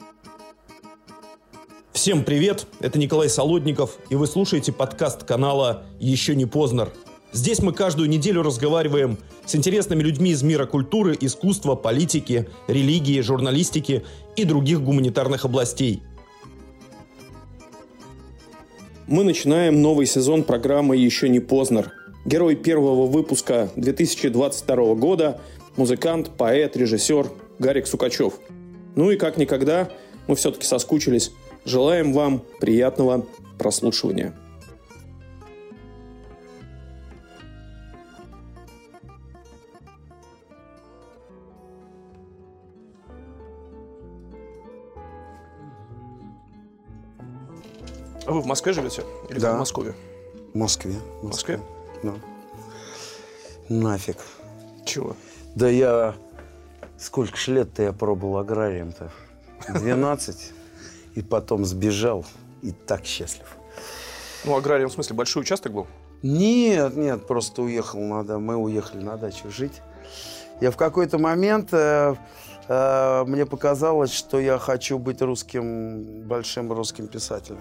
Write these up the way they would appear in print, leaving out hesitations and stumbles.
Всем привет, это Николай Солодников, и вы слушаете подкаст канала «Еще не поздно». Здесь мы каждую неделю разговариваем с интересными людьми из мира культуры, искусства, политики, религии, журналистики и других гуманитарных областей. Мы начинаем новый сезон программы «Еще не поздно». Герой первого выпуска 2022 года – музыкант, поэт, режиссер Гарик Сукачев. Ну и как никогда, мы все-таки соскучились. Желаем вам приятного прослушивания. А вы в Москве живете? Или да. В Москве? В Москве. В Москве? Да. Нафиг. Чего? Да я... Сколько ж лет-то я пробовал аграрием-то? 12. И потом сбежал. И так счастлив. Ну, аграрием в смысле большой участок был? Нет, просто уехал мы уехали на дачу жить. Я в какой-то момент... мне показалось, что я хочу быть большим русским писателем.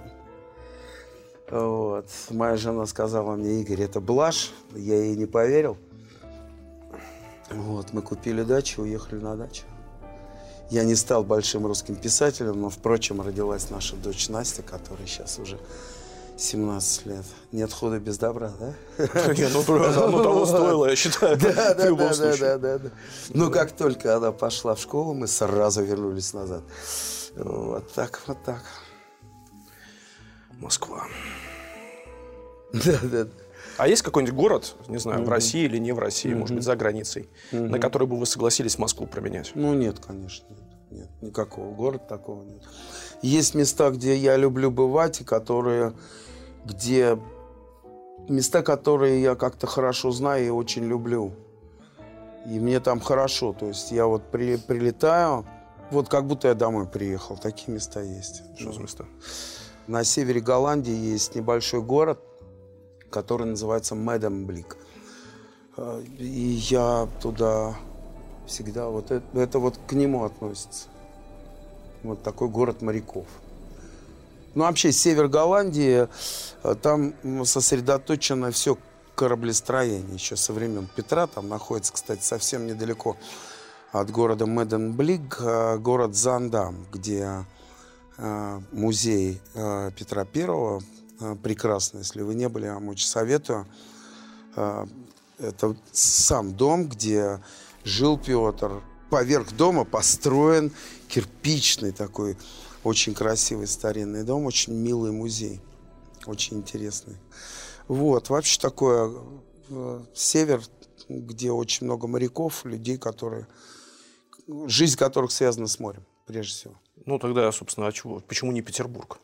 Вот. Моя жена сказала мне: Игорь, это блажь. Я ей не поверил. Вот. Мы купили дачу, уехали на дачу. Я не стал большим русским писателем, но, впрочем, родилась наша дочь Настя, которой сейчас уже 17 лет. Нет худа без добра, да? Ну, того стоило, я считаю, в любом случае. Да. Ну, как только она пошла в школу, мы сразу вернулись назад. Вот так. Москва. Да. А есть какой-нибудь город, не знаю, в России или не в России, может быть, за границей, на который бы вы согласились Москву променять? Ну, нет, конечно. Нет, никакого города такого нет. Есть места, где я люблю бывать, и места, которые я как-то хорошо знаю и очень люблю. И мне там хорошо. То есть я вот прилетаю, вот как будто я домой приехал. Такие места есть. Что за места? На севере Голландии есть небольшой город, который называется Медемблик. И я туда всегда... Вот это вот к нему относится. Вот такой город моряков. Ну, вообще, север Голландии, там сосредоточено все кораблестроение. Еще со времен Петра. Там находится, кстати, совсем недалеко от города Медемблик город Зандам, где музей Петра Первого. Прекрасно, если вы не были, я вам очень советую. Это сам дом, где жил Петр. Поверх дома построен кирпичный такой очень красивый старинный дом, очень милый музей, очень интересный. Вот, вообще такое север, где очень много моряков, людей, жизнь которых связана с морем, прежде всего. Ну, тогда, собственно, почему не Петербург?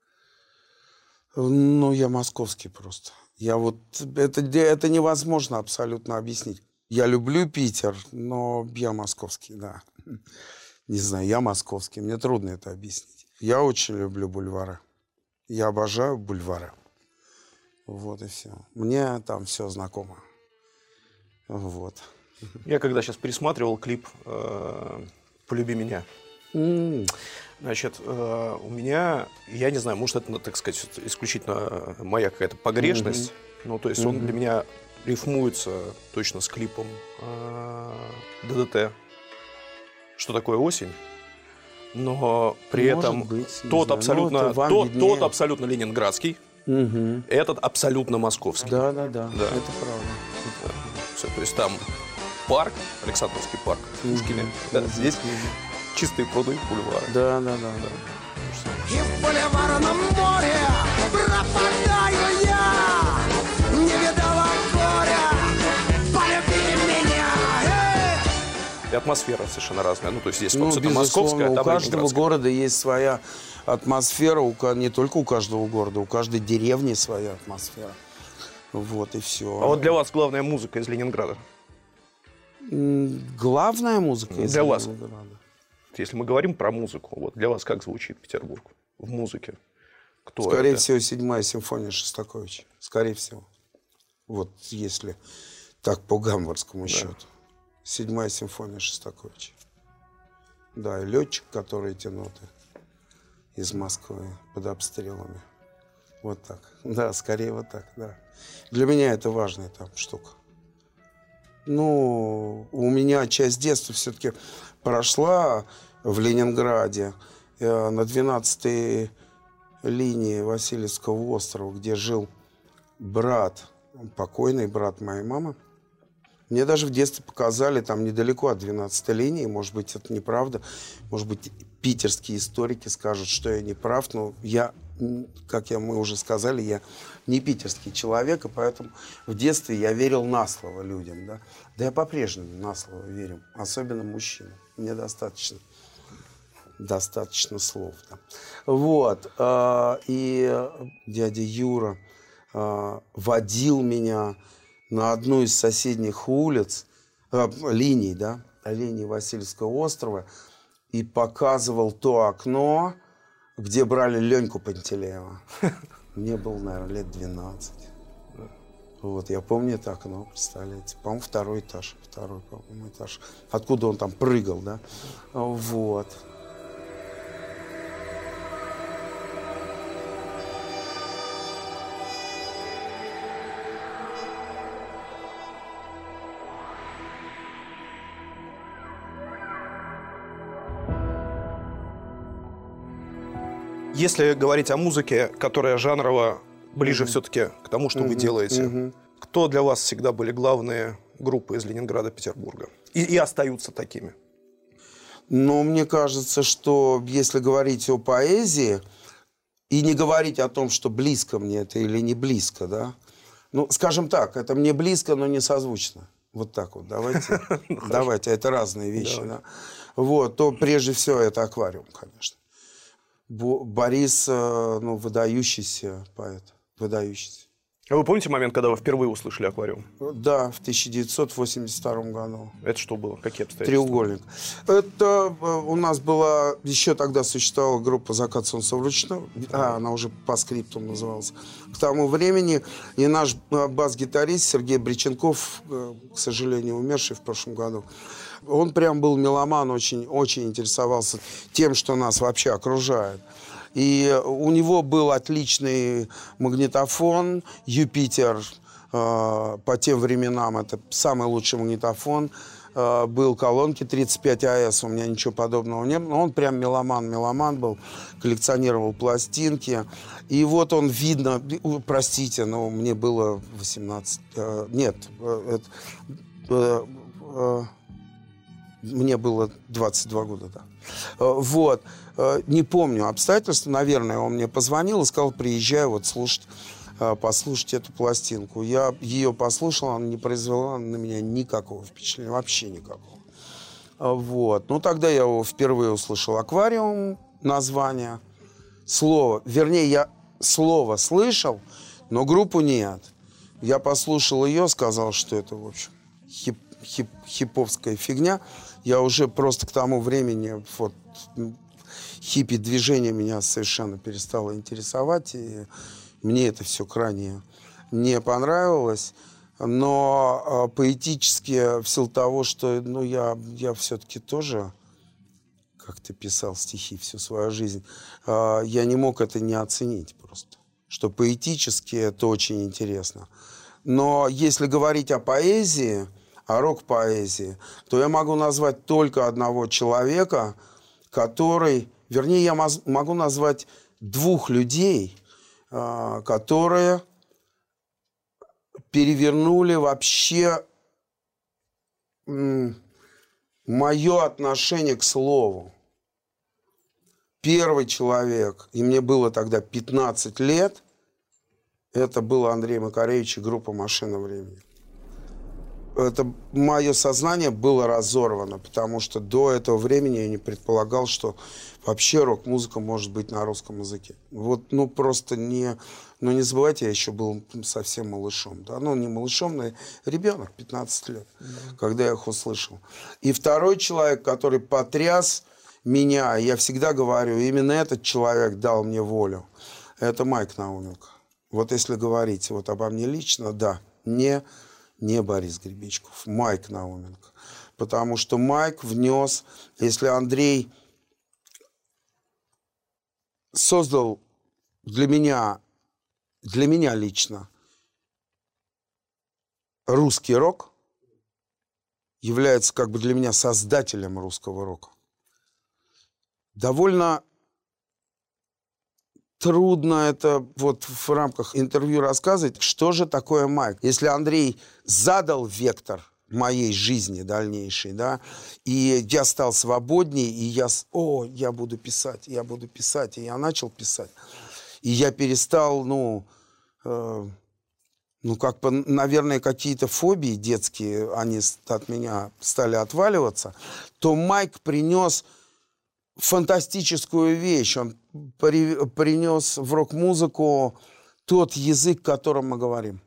Ну, я московский просто. Это невозможно абсолютно объяснить. Я люблю Питер, но я московский, да. Не знаю, я московский. Мне трудно это объяснить. Я очень люблю бульвары. Я обожаю бульвары. Вот и все. Мне там все знакомо. Вот. Я когда сейчас пересматривал клип «Полюби меня», значит, у меня, я не знаю, может, это, так сказать, исключительно моя какая-то погрешность, ну, то есть он для меня рифмуется точно с клипом ДДТ «Что такое осень?», но при этом тот абсолютно ленинградский, этот абсолютно московский. Да, это правда. Все, то есть там парк, Александровский парк, Пушкина, здесь чистые пруды, бульвары. Да. И в бульварном море пропадаю я, не видала горя, полюби меня. И атмосфера совершенно разная. Ну, то есть здесь абсолютно московская, а там у каждого города есть своя атмосфера, не только у каждого города, у каждой деревни своя атмосфера. Вот и все. А вот для вас главная музыка из Ленинграда? Главная музыка из для вас? Ленинграда. Если мы говорим про музыку, вот для вас как звучит Петербург в музыке? Кто Скорее это? всего, 7-я симфония Шостаковича. Скорее всего. Вот если так по гамбургскому счету. 7-я симфония Шостаковича. Да, и летчик, который эти ноты из Москвы под обстрелами. Вот так. Да, скорее вот так, да. Для меня это важная там штука. Ну, у меня часть детства все-таки прошла в Ленинграде на 12-й линии Васильевского острова, где жил брат, покойный брат моей мамы. Мне даже в детстве показали, там недалеко от 12-й линии, может быть, это неправда, может быть, питерские историки скажут, что я не прав, но я, как мы уже сказали, я не питерский человек, и поэтому в детстве я верил на слово людям, да. Да я по-прежнему на слово верю, особенно мужчинам. Мне достаточно слов. Да. Вот. И дядя Юра водил меня на одну из соседних улиц, линий, да, линий Васильевского острова, и показывал то окно, где брали Леньку Пантелеева. Мне было, наверное, лет 12. Вот, я помню это окно, представляете. По-моему, второй этаж. Второй, по-моему, этаж. Откуда он там прыгал, да? Вот. Если говорить о музыке, которая жанрово ближе все-таки к тому, что вы делаете, кто для вас всегда были главные группы из Ленинграда, Петербурга? И остаются такими? Ну, мне кажется, что если говорить о поэзии и не говорить о том, что близко мне это или не близко, да, ну, скажем так, это мне близко, но не созвучно. Вот так вот, давайте. Давайте, это разные вещи, да. Вот, то прежде всего это «Аквариум», конечно. Борис, ну, выдающийся поэт, выдающийся. А вы помните момент, когда вы впервые услышали «Аквариум»? Да, в 1982 году. Это что было? Какие обстоятельства? «Треугольник». Это у нас была, еще тогда существовала группа «Закат солнца вручную». Она уже по скрипту называлась. К тому времени и наш бас-гитарист Сергей Бриченков, к сожалению, умерший в прошлом году, он прям был меломан, очень, очень интересовался тем, что нас вообще окружает. И у него был отличный магнитофон «Юпитер». По тем временам это самый лучший магнитофон. Был колонки 35 АС, у меня ничего подобного не было. Он прям меломан был, коллекционировал пластинки. И вот он, видно, простите, но мне было 18... Мне было 22 года, да. Вот. Не помню обстоятельства. Наверное, он мне позвонил и сказал, приезжай вот слушать, послушать эту пластинку. Я ее послушал, она не произвела на меня никакого впечатления, вообще никакого. Вот. Ну, тогда я его впервые услышал «Аквариум», название. Слово, вернее, я слово слышал, но группу нет. Я послушал ее, сказал, что это, в общем, хиповская фигня. Я уже просто к тому времени вот, хиппи-движение меня совершенно перестало интересовать, и мне это все крайне не понравилось. Но поэтически, в силу того, что ну, я все-таки тоже как-то писал стихи всю свою жизнь, я не мог это не оценить просто. Что поэтически это очень интересно. Но если говорить о поэзии, о рок-поэзии, то я могу назвать только одного человека, который... Вернее, я могу назвать двух людей, которые перевернули вообще мое отношение к слову. Первый человек, и мне было тогда 15 лет, это был Андрей Макаревич и группа «Машина времени». Это мое сознание было разорвано, потому что до этого времени я не предполагал, что вообще рок-музыка может быть на русском языке. Вот, ну, просто не... Ну, не забывайте, я еще был совсем малышом. Да? Ну, не малышом, но ребенок, 15 лет, когда я их услышал. И второй человек, который потряс меня, я всегда говорю, именно этот человек дал мне волю, это Майк Науменко. Вот если говорить вот обо мне лично, да, не Борис Гребенщиков, Майк Науменко. Потому что Майк внес, если Андрей создал для меня лично русский рок, является как бы для меня создателем русского рока. Довольно трудно это вот в рамках интервью рассказывать, что же такое Майк. Если Андрей задал вектор моей жизни дальнейшей, да, и я стал свободнее, и я буду писать, и я начал писать. И я перестал, как бы, наверное, какие-то фобии детские, они от меня стали отваливаться, то Майк принес фантастическую вещь. Он принес в рок-музыку тот язык, которым мы говорим.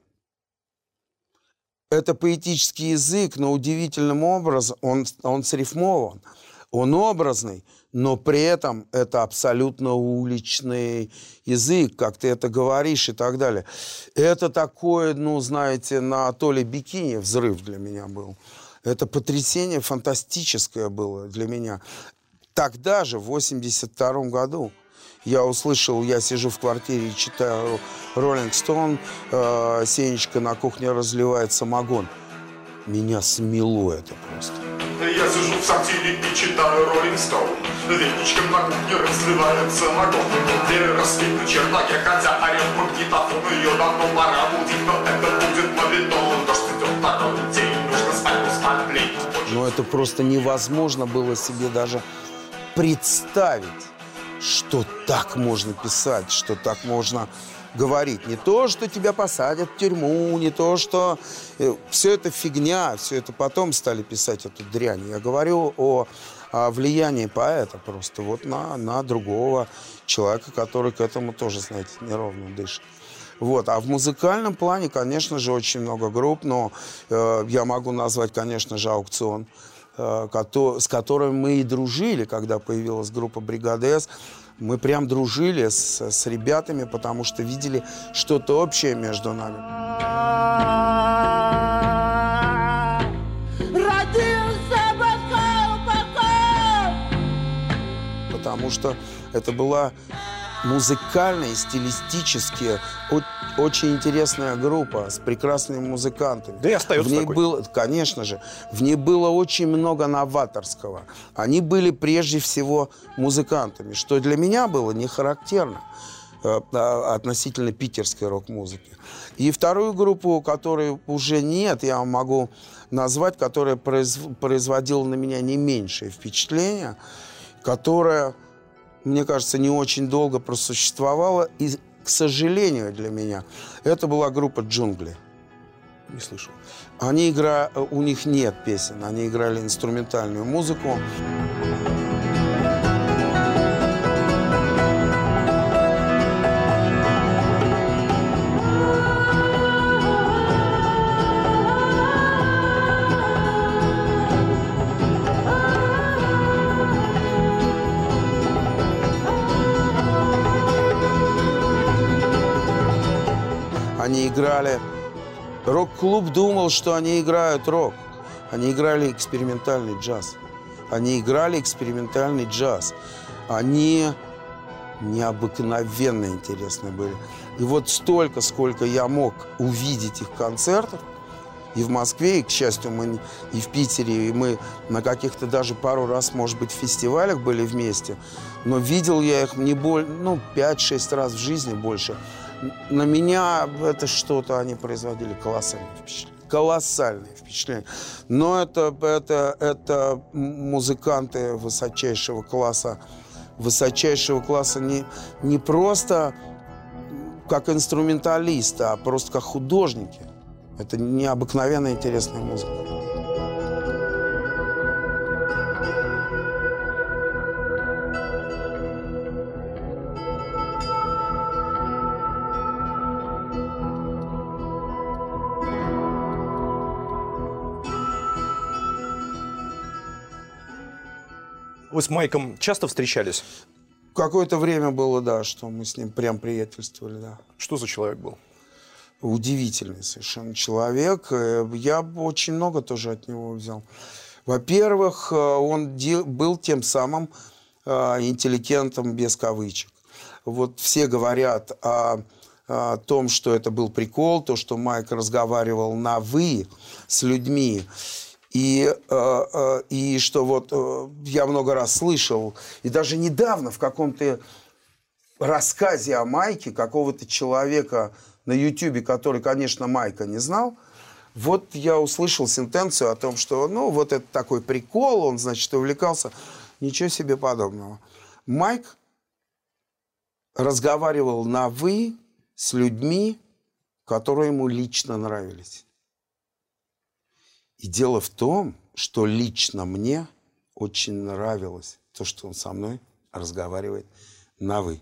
Это поэтический язык, но удивительным образом он срифмован, он образный, но при этом это абсолютно уличный язык, как ты это говоришь и так далее. Это такое, знаете, на атолле Бикини взрыв для меня был. Это потрясение фантастическое было для меня. Тогда же, в 1982 году, я услышал, я сижу в квартире и читаю «Роллинг Стоун», Сенечка на кухне разливает самогон. Меня смело это просто. Я сижу в сортире и читаю «Роллинг Стоун». Веничком на кухне разливает самогон. Рассвет на чердаке, хотя орет магнитофон. Ее давно пора будить, но это будет мавитон. Дождь идет второй день, нужно спать плить. Но это просто невозможно было себе даже представить, что так можно писать, что так можно говорить. Не то, что тебя посадят в тюрьму, не то, что... Все это фигня, все это потом стали писать эту дрянь. Я говорю о влиянии поэта просто вот на другого человека, который к этому тоже, знаете, неровно дышит. Вот. А в музыкальном плане, конечно же, очень много групп, но я могу назвать, конечно же, «Аукцион», с которыми мы и дружили, когда появилась группа «Бригада С». Мы прям дружили с ребятами, потому что видели что-то общее между нами. Потому что это была музыкальная, стилистически очень интересная группа с прекрасными музыкантами. Да и остается такой. Было, конечно же, в ней было очень много новаторского. Они были прежде всего музыкантами, что для меня было не характерно относительно питерской рок-музыки. И вторую группу, которой уже нет, я вам могу назвать, которая производила на меня не меньшее впечатление, которая, мне кажется, не очень долго просуществовала, и, к сожалению для меня, это была группа «Джунгли». Не слышал. У них нет песен, они играли инструментальную музыку. Они играли... Рок-клуб думал, что они играют рок. Они играли экспериментальный джаз. Они необыкновенно интересные были. И вот столько, сколько я мог увидеть их концертов, и в Москве, и, к счастью, мы и в Питере, и мы на каких-то даже пару раз, может быть, в фестивалях были вместе, но видел я их не более, 5-6 раз в жизни больше. На меня это что-то они производили колоссальное впечатление. Колоссальное впечатление. Но это музыканты высочайшего класса. Высочайшего класса не просто как инструменталисты, а просто как художники. Это необыкновенно интересная музыка. Вы с Майком часто встречались? Какое-то время было, да, что мы с ним прям приятельствовали, да. Что за человек был? Удивительный совершенно человек. Я очень много тоже от него взял. Во-первых, он был тем самым интеллигентом без кавычек. вот все говорят о том, что это был прикол, то, что Майк разговаривал на «вы» с людьми. И что вот я много раз слышал, и даже недавно в каком-то рассказе о Майке какого-то человека на Ютубе, который, конечно, Майка не знал, вот я услышал сентенцию о том, что, ну, вот это такой прикол, он, значит, увлекался. Ничего себе подобного. Майк разговаривал на «вы» с людьми, которые ему лично нравились. И дело в том, что лично мне очень нравилось то, что он со мной разговаривает на «вы».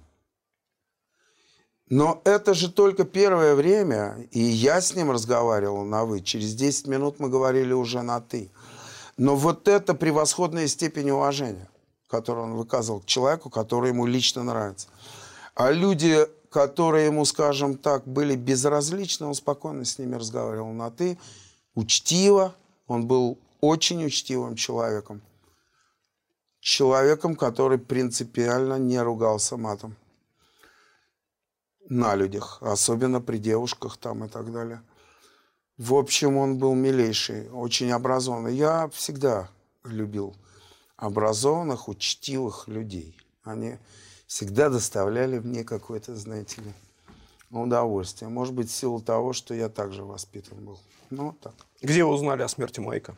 Но это же только первое время, и я с ним разговаривал на «вы». Через 10 минут мы говорили уже на «ты». Но вот это превосходная степень уважения, которую он выказывал к человеку, который ему лично нравится. А люди, которые ему, скажем так, были безразличны, он спокойно с ними разговаривал на «ты», учтиво. Он был очень учтивым человеком. Человеком, который принципиально не ругался матом на людях, особенно при девушках там и так далее. В общем, он был милейший, очень образованный. Я всегда любил образованных, учтивых людей. Они всегда доставляли мне какое-то, знаете ли, удовольствие. Может быть, в силу того, что я также воспитан был. Ну, так. Где вы узнали о смерти Майка?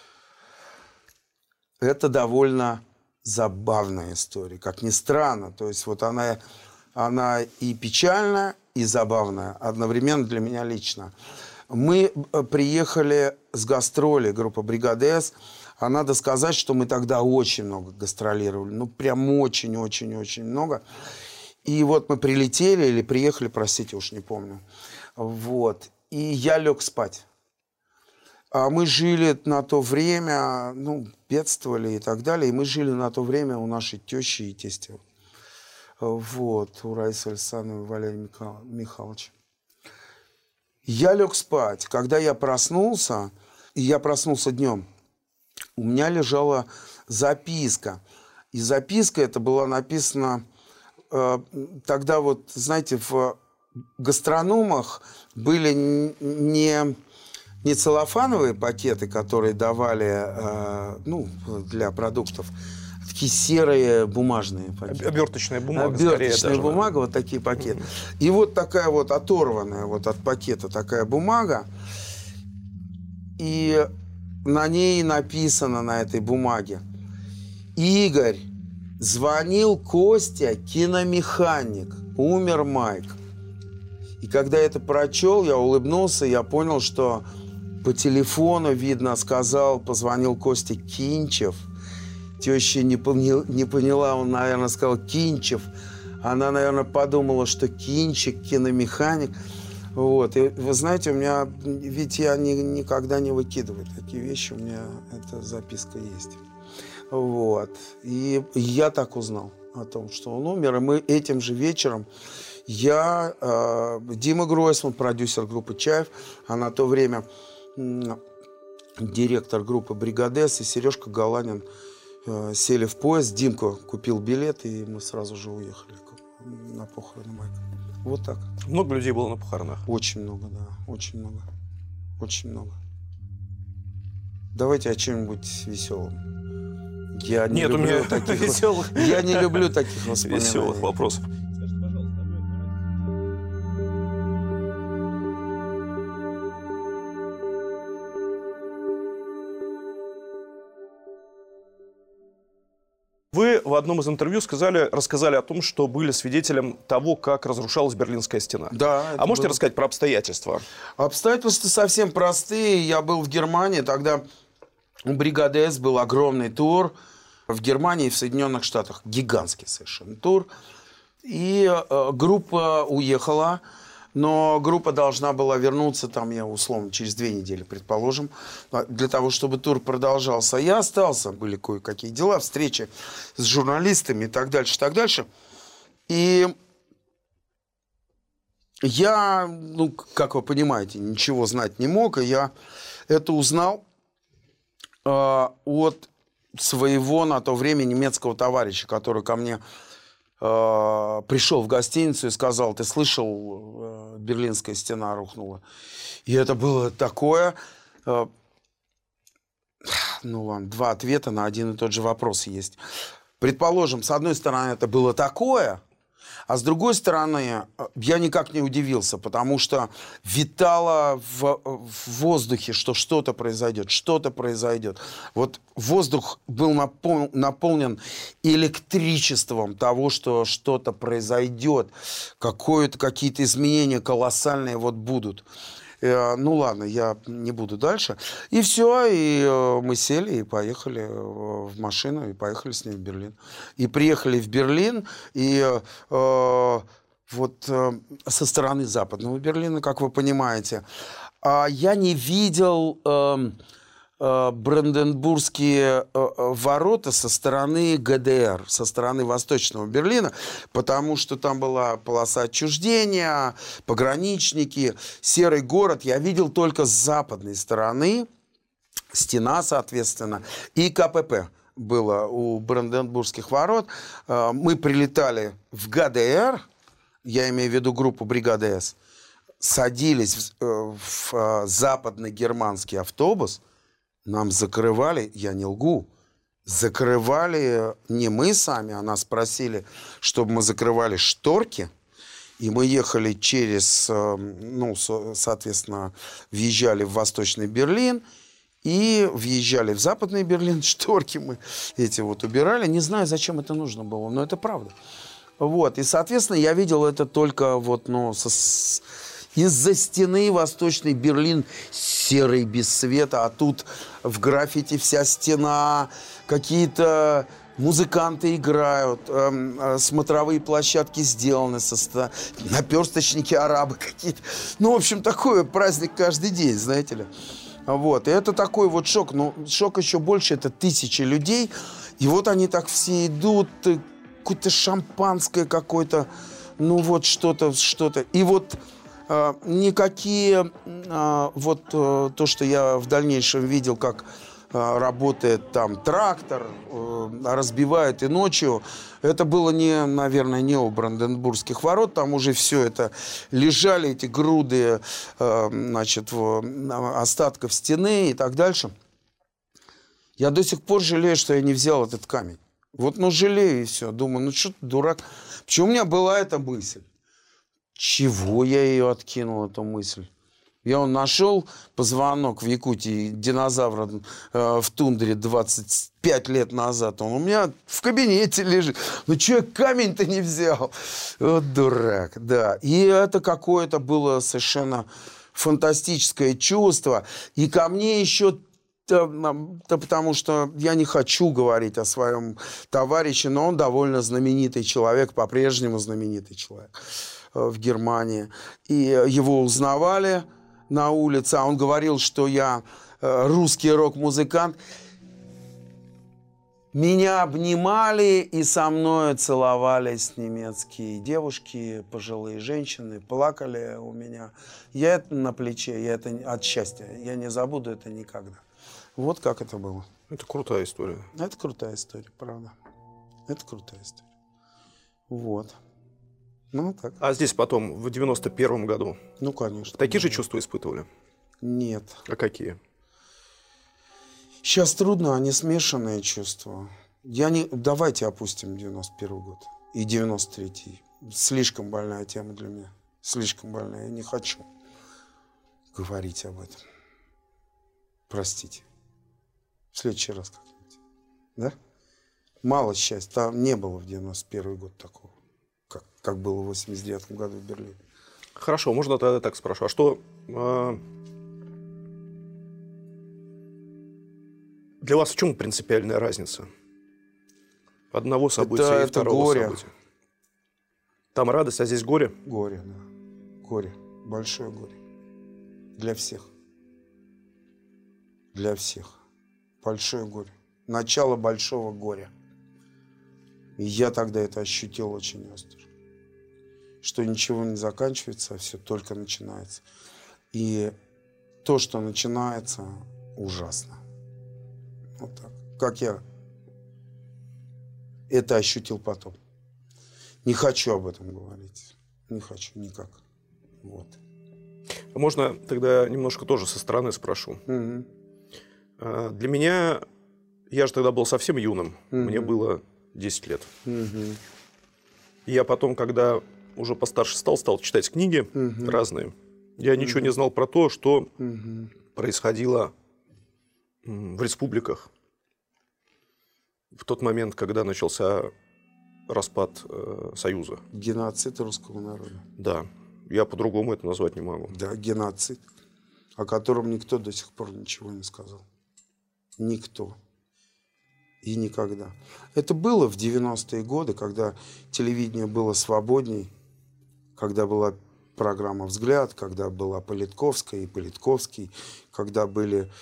Это довольно забавная история, как ни странно. То есть вот она и печальная, и забавная, одновременно для меня лично. Мы приехали с гастроли, группа «Бригада С». А надо сказать, что мы тогда очень много гастролировали. Ну, прям очень-очень-очень много. И вот мы прилетели или приехали, простите, уж не помню. Вот. И я лег спать. А мы жили на то время, ну, бедствовали и так далее. И мы жили на то время у нашей тещи и тестя. Вот, у Раисы Александровны и Валерия Михайловича. Я лег спать. Когда я проснулся, и я проснулся днем, у меня лежала записка. И записка эта была написана тогда, вот, знаете, в гастрономах были не целлофановые пакеты, которые давали для продуктов, такие серые бумажные пакеты. Оберточная бумага. Оберточная бумага, вот такие пакеты. И вот такая вот оторванная вот от пакета такая бумага. И на ней написано, на этой бумаге: Игорь, звонил Костя, киномеханик, умер Майк. И когда я это прочел, я улыбнулся, я понял, что по телефону, видно, позвонил Костя Кинчев. Теща не поняла, он, наверное, сказал Кинчев. Она, наверное, подумала, что Кинчик, киномеханик. Вот. И вы знаете, у меня, ведь я никогда не выкидываю такие вещи, у меня эта записка есть. Вот. И я так узнал о том, что он умер. И мы этим же вечером, Дима Гройсман, продюсер группы «Чаев», а на то время директор группы «Бригада С», и Сережка Галанин сели в поезд. Димка купил билет, и мы сразу же уехали на похороны Майка. Вот так. Много людей было на похоронах? Очень много, да. Очень много. Очень много. Давайте о чем-нибудь веселом. Я не люблю таких воспоминаний. Веселых вопросов. Вы в одном из интервью рассказали о том, что были свидетелем того, как разрушалась Берлинская стена. Да. А можете рассказать про обстоятельства? Обстоятельства совсем простые. Я был в Германии, тогда у «Бригады С» был огромный тур в Германии и в Соединенных Штатах. Гигантский совершенно тур. И группа уехала. Но группа должна была вернуться, там, я условно, через 2 недели, предположим, для того, чтобы тур продолжался. Я остался, были кое-какие дела, встречи с журналистами и так дальше, так дальше. И я, как вы понимаете, ничего знать не мог, и я это узнал от своего на то время немецкого товарища, который ко мне пришел в гостиницу и сказал: ты слышал, Берлинская стена рухнула? И это было такое... Ну ладно, два ответа на один и тот же вопрос есть. Предположим, с одной стороны, это было такое, а с другой стороны, я никак не удивился, потому что витало в воздухе, что что-то произойдет, что-то произойдет. Вот воздух был наполнен электричеством того, что что-то произойдет, какие-то изменения колоссальные вот будут. Ну ладно, я не буду дальше. И все, и мы сели и поехали в машину, и поехали с ней в Берлин. И приехали в Берлин, и вот со стороны западного Берлина, как вы понимаете, я не видел Бранденбургские ворота со стороны ГДР, со стороны Восточного Берлина, потому что там была полоса отчуждения, пограничники, серый город. Я видел только с западной стороны, стена, соответственно, и КПП было у Бранденбургских ворот. Мы прилетали в ГДР, я имею в виду группу бригады С, садились в западный германский автобус. Нам закрывали, я не лгу, закрывали не мы сами, а нас просили, чтобы мы закрывали шторки. И мы ехали через, ну, соответственно, въезжали в Восточный Берлин и въезжали в Западный Берлин. Шторки мы эти вот убирали. Не знаю, зачем это нужно было, но это правда. Вот, и, соответственно, я видел это только вот, ну, из-за стены Восточный Берлин серый, без света, а тут в граффити вся стена, какие-то музыканты играют, смотровые площадки сделаны, наперсточники арабы какие-то. Ну, в общем, такой праздник каждый день, знаете ли. Вот, и это такой вот шок. Но шок еще больше, это тысячи людей. И вот они так все идут, какое-то шампанское какое-то, ну вот что-то. И вот... никакие, вот то, что я в дальнейшем видел, как работает там трактор, разбивает и ночью, это было, наверное, не у Бранденбургских ворот, там уже все это лежали, эти груды, значит, остатков стены и так дальше. Я до сих пор жалею, что я не взял этот камень. Вот, ну, жалею и все. Думаю, ну, что ты дурак. Почему у меня была эта мысль? Чего я ее откинул, эту мысль? Я нашел позвонок в Якутии динозавра в тундре 25 лет назад. Он у меня в кабинете лежит. Ну, что я камень-то не взял? Вот дурак, да. И это какое-то было совершенно фантастическое чувство. И ко мне еще... потому что я не хочу говорить о своем товарище, но он довольно знаменитый человек, по-прежнему знаменитый человек в Германии. И его узнавали на улице, а он говорил, что я русский рок-музыкант. Меня обнимали и со мной целовались немецкие девушки, пожилые женщины, плакали у меня. Я это на плече, я это от счастья, я не забуду это никогда. Вот как это было. Это крутая история. Это крутая история, правда. Это крутая история. Вот. Ну, так. А здесь потом, в 91-м году, ну, конечно, такие же чувства испытывали? Нет. А какие? Сейчас трудно, они смешанные чувства. Давайте опустим 91 год и 93-й. Слишком больная тема для меня. Слишком больная. Я не хочу говорить об этом. Простите. В следующий раз как-нибудь. Да? Мало счастья. Там не было в 91 год такого, как было в 89 году в Берлине. Хорошо, можно тогда так спрошу. А что для вас в чем принципиальная разница? Одного события и второго горе. события. Там радость, а здесь горе? Горе, да. Горе. Большое горе. Для всех. Для всех. Большое горе. Начало большого горя. И я тогда это ощутил очень остро. Что ничего не заканчивается, а все только начинается. И то, что начинается, ужасно. Вот так. Как я это ощутил потом. Не хочу об этом говорить. Не хочу никак. Вот. Можно тогда немножко тоже со стороны спрошу. Угу. Для меня, я же тогда был совсем юным, мне было 10 лет. Угу. И я потом, когда уже постарше стал читать книги разные, я ничего не знал про то, что происходило в республиках в тот момент, когда начался распад Союза. Геноцид русского народа. Да. Я по-другому это назвать не могу. Да, геноцид, о котором никто до сих пор ничего не сказал. Никто. И никогда. Это было в 90-е годы, когда телевидение было свободней, когда была программа «Взгляд», когда была Политковская и Политковский, когда были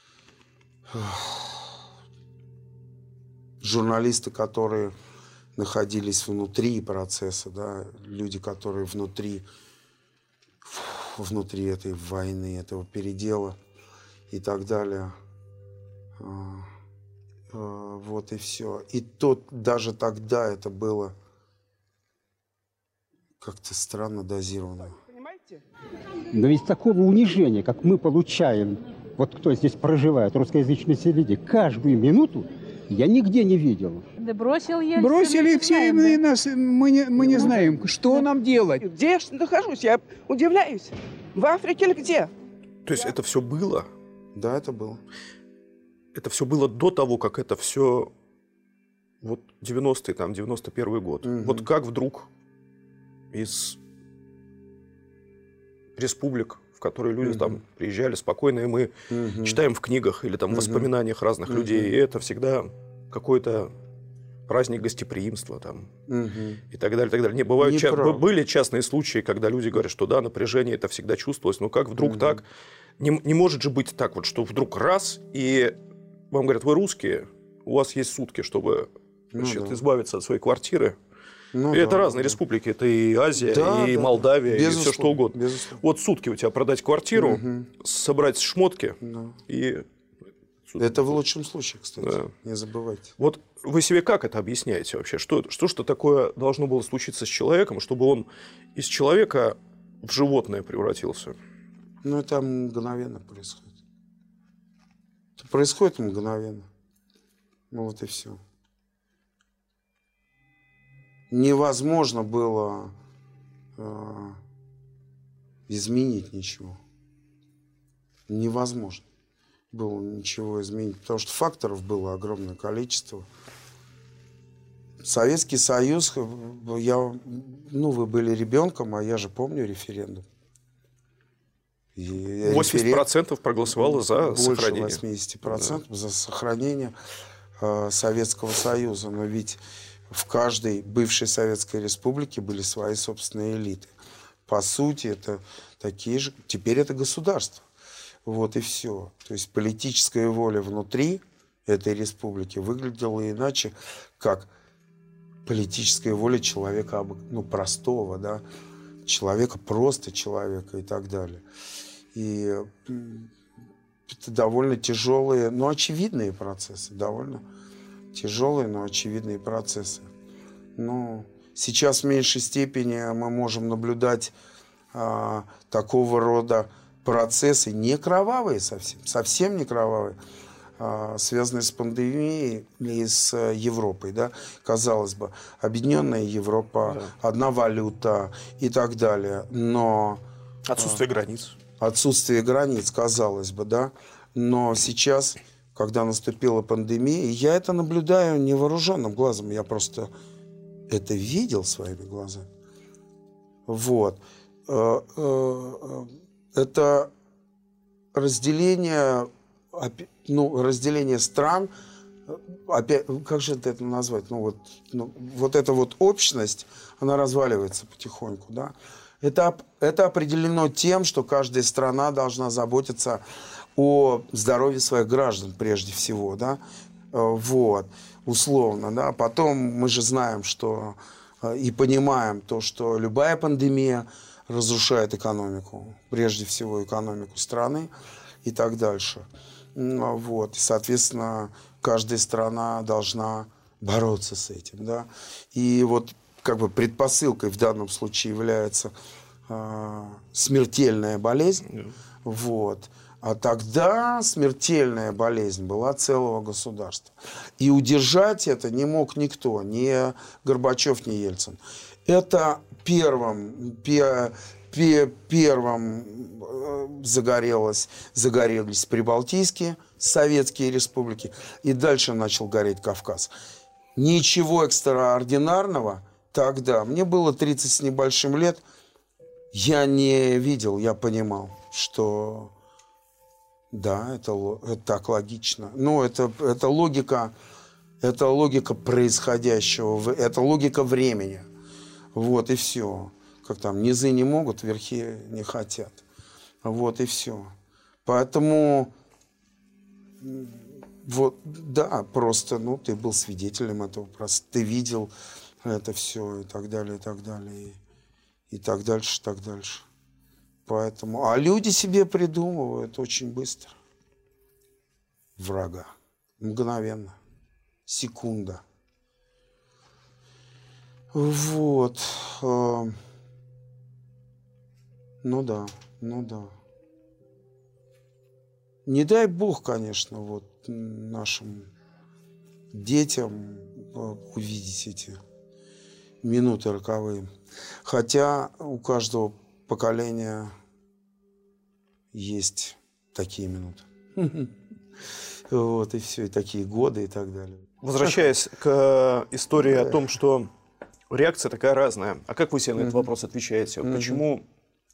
журналисты, которые находились внутри процесса, да, люди, которые внутри этой войны, этого передела и так далее. Вот и все. И даже тогда это было как-то странно дозировано. Но ведь такого унижения, как мы получаем, вот кто здесь проживает, русскоязычное население, каждую минуту, я нигде не видел. Да бросил Ельцин. Бросили все и нас, мы не знаем, что нам делать. Где я нахожусь? Я удивляюсь. В Африке или где? То есть это все было? Да, это было. Это все было до того, как это все... Вот 90-й, там, 91-й год. Вот как вдруг из республик, в которые люди там приезжали спокойно, и мы читаем в книгах или там в воспоминаниях разных людей, и это всегда какой-то праздник гостеприимства там, и так далее, так далее. Не, бывают были частные случаи, когда люди говорят, что да, напряжение это всегда чувствовалось, но как вдруг так? Не может же быть так вот, что вдруг раз, и вам говорят, вы русские, у вас есть сутки, чтобы избавиться от своей квартиры. И это разные республики, это и Азия, и Молдавия, и все что угодно. Вот сутки у тебя продать квартиру, собрать шмотки и... Это в лучшем случае, кстати, не забывайте. Вот вы себе как это объясняете вообще? Что такое должно было случиться с человеком, чтобы он из человека в животное превратился? Ну, это мгновенно происходит. Это происходит мгновенно. Ну, вот и все. Невозможно было изменить ничего. Невозможно было ничего изменить, потому что факторов было огромное количество. Советский Союз, вы были ребенком, а я же помню референдум. 80% проголосовало за сохранение. Больше 80% за сохранение Советского Союза. Но ведь в каждой бывшей Советской Республике были свои собственные элиты. По сути, это такие же... Теперь это государство. Вот и все. То есть политическая воля внутри этой республики выглядела иначе, как политическая воля человека, простого, да, человека, просто человека и так далее. И это довольно тяжелые, но очевидные процессы, довольно тяжелые, но очевидные процессы. Но сейчас в меньшей степени мы можем наблюдать такого рода процессы, не кровавые совсем не кровавые, связанные с пандемией и с Европой. Да? Казалось бы, объединенная Европа, одна валюта и так далее. Но отсутствие границ. Отсутствие границ, казалось бы, да. Но сейчас, когда наступила пандемия, я это наблюдаю невооруженным глазом. Я просто это видел своими глазами. Вот. Это разделение стран, опять, как же это назвать? Вот эта вот общность, она разваливается потихоньку, да. Это определено тем, что каждая страна должна заботиться о здоровье своих граждан прежде всего, да. Вот, условно, да. Потом мы же знаем, что и понимаем то, что любая пандемия разрушает экономику, прежде всего экономику страны и так дальше. Вот. И, соответственно, каждая страна должна бороться с этим. Да? И вот как бы предпосылкой в данном случае является смертельная болезнь. Вот. А тогда смертельная болезнь была целого государства. И удержать это не мог никто, ни Горбачев, ни Ельцин. Это первым загорелись прибалтийские советские республики, и дальше начал гореть Кавказ. Ничего экстраординарного тогда, мне было 30 с небольшим лет, я не видел, я понимал, что да, это так логично. Но это логика происходящего, это логика времени. Вот и все. Как там, низы не могут, верхи не хотят. Вот и все. Поэтому, вот, да, просто, ну, ты был свидетелем этого, просто ты видел это все и так далее, и так далее. И так дальше, так дальше. Поэтому, а люди себе придумывают очень быстро. Врага. Мгновенно. Секунда. Вот. Ну да, ну да. Не дай бог, конечно, вот нашим детям увидеть эти минуты роковые. Хотя у каждого поколения есть такие минуты. Вот и все, и такие годы, и так далее. Возвращаясь к истории о том, что реакция такая разная. А как вы себе на этот вопрос отвечаете? Вот почему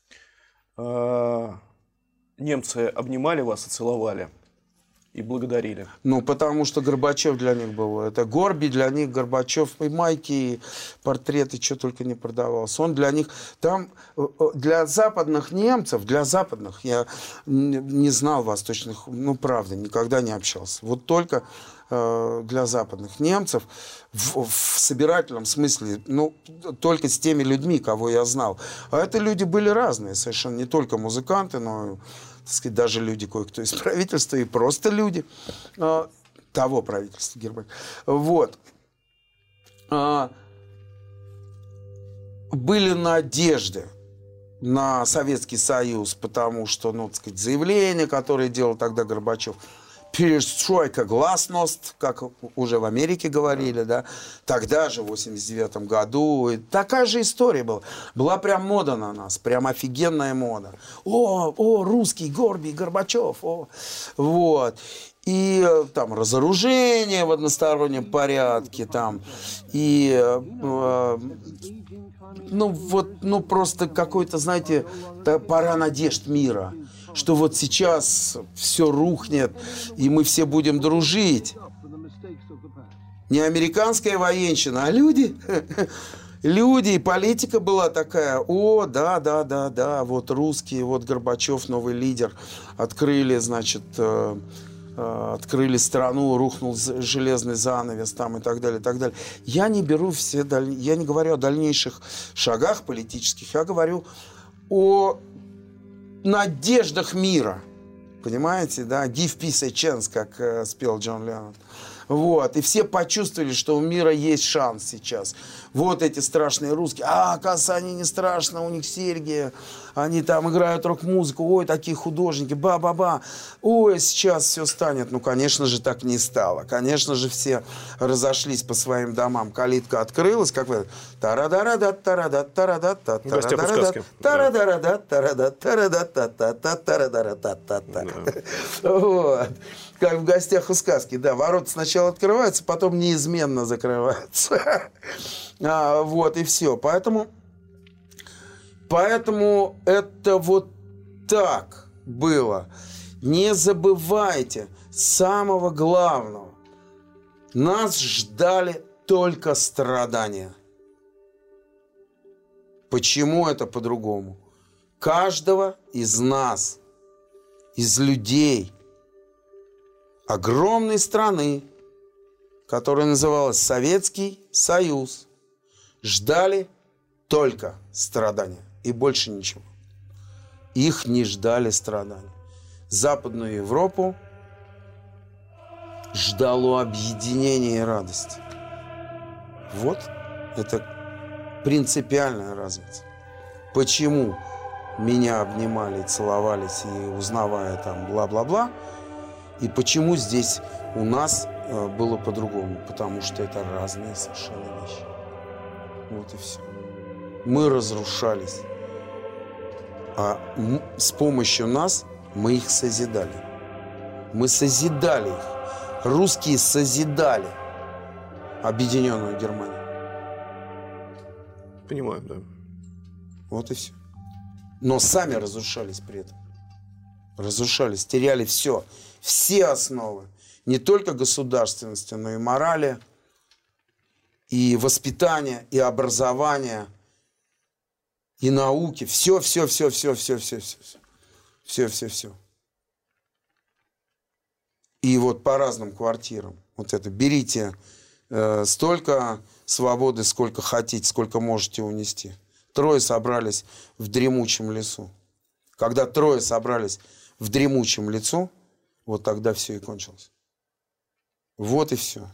немцы обнимали вас и целовали? И благодарили. Ну, потому что Горбачев для них был. Это Горби для них, Горбачев, и майки, и портреты, что только не продавалось. Он для них... Там для западных немцев, для западных, я не знал восточных, ну, правда, никогда не общался. Вот только для западных немцев в собирательном смысле, ну, только с теми людьми, кого я знал. А это люди были разные, совершенно не только музыканты, но... так сказать, даже люди, кое-кто из правительства, и просто люди того правительства Германии. Вот. Были надежды на Советский Союз, потому что, ну, так сказать, заявление, которое делал тогда Горбачев, перестройка гласность, как уже в Америке говорили, да, тогда же, в 89 году, и такая же история была. Была прям мода на нас, прям офигенная мода. О, русский, Горби, Горбачев, о, вот. И там разоружение в одностороннем порядке, там, и, ну, вот, ну, просто какой-то, знаете, пора надежд мира. Что вот сейчас все рухнет, и мы все будем дружить. Не американская военщина, а люди. Люди, и политика была такая. О, да, вот русские, вот Горбачев, новый лидер. Открыли, значит, открыли страну, рухнул железный занавес там и так далее, и так далее. Я не беру я не говорю о дальнейших шагах политических, я говорю о надеждах мира. Понимаете, да? Give peace a chance, как спел Джон Леннон. Вот. И все почувствовали, что у мира есть шанс сейчас. Вот эти страшные русские. Оказывается, они не страшно, у них серьги. Они там играют рок-музыку. Ой, такие художники. Ба-ба-ба. Ой, сейчас все станет. Ну, конечно же, так не стало. Конечно же, все разошлись по своим домам. Калитка открылась, как вы... Тарадарадат, тарадат, тарадат, тарадарадат, тарадарадат, тарадат, тарадат, тарадарадат. Вот. Как в гостях у сказки. Да, ворота сначала открываются, потом неизменно закрываются. Вот и все. Поэтому это вот так было. Не забывайте самого главного. Нас ждали только страдания. Почему это по-другому? Каждого из нас, из людей, огромной страны, которая называлась Советский Союз, ждали только страдания и больше ничего. Их не ждали страдания. Западную Европу ждало объединение и радость. Вот это принципиальная разница. Почему меня обнимали, целовались и узнавая там бла-бла-бла, и почему здесь у нас было по-другому? Потому что это разные совершенно вещи. Вот и все. Мы разрушались. А с помощью нас мы их созидали. Мы созидали их. Русские созидали объединенную Германию. Понимаю, да. Вот и все. Но сами разрушались при этом. Разрушались, теряли все. Все основы. Не только государственности, но и морали, и воспитания, и образования, и науки. Все. И вот по разным квартирам. Вот это. Берите столько свободы, сколько хотите, сколько можете унести. Трое собрались в дремучем лесу. Когда трое собрались в дремучем лесу, вот тогда все и кончилось. Вот и все.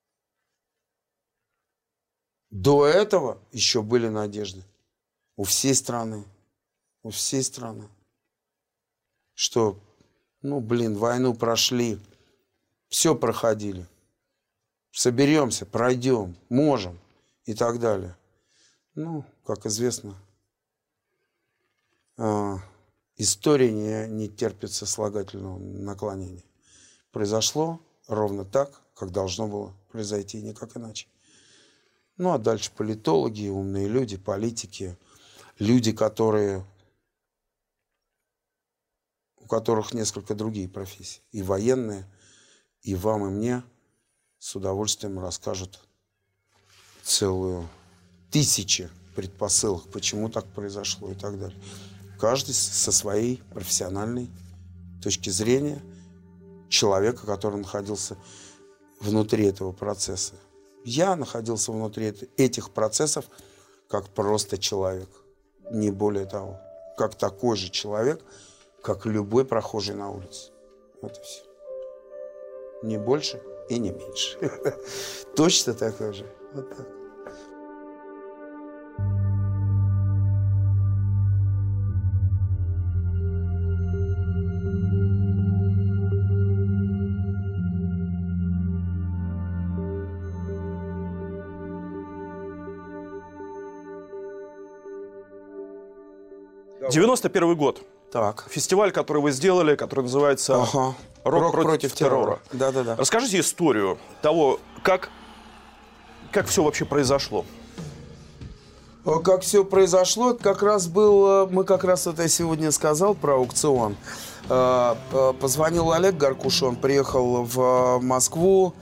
До этого еще были надежды. У всей страны. У всей страны. Что, войну прошли. Все проходили. Соберемся, пройдем, можем и так далее. Как известно, история не терпит сослагательного наклонения. Произошло ровно так, как должно было произойти, никак иначе. А дальше политологи, умные люди, политики, люди, у которых несколько другие профессии. И военные, и вам, и мне с удовольствием расскажут целую тысячи предпосылок, почему так произошло и так далее. Каждый со своей профессиональной точки зрения человека, который находился внутри этого процесса. Я находился внутри этих процессов как просто человек, не более того. Как такой же человек, как любой прохожий на улице. Вот и все. Не больше и не меньше. Точно такой же. Вот так. Да. 91 год. Так. Фестиваль, который вы сделали, который называется «Рок против террора». Да. Расскажите историю того, как все вообще произошло. Как все произошло, как раз было, я сегодня сказал про аукцион. Позвонил Олег Гаркуш, он приехал в Москву.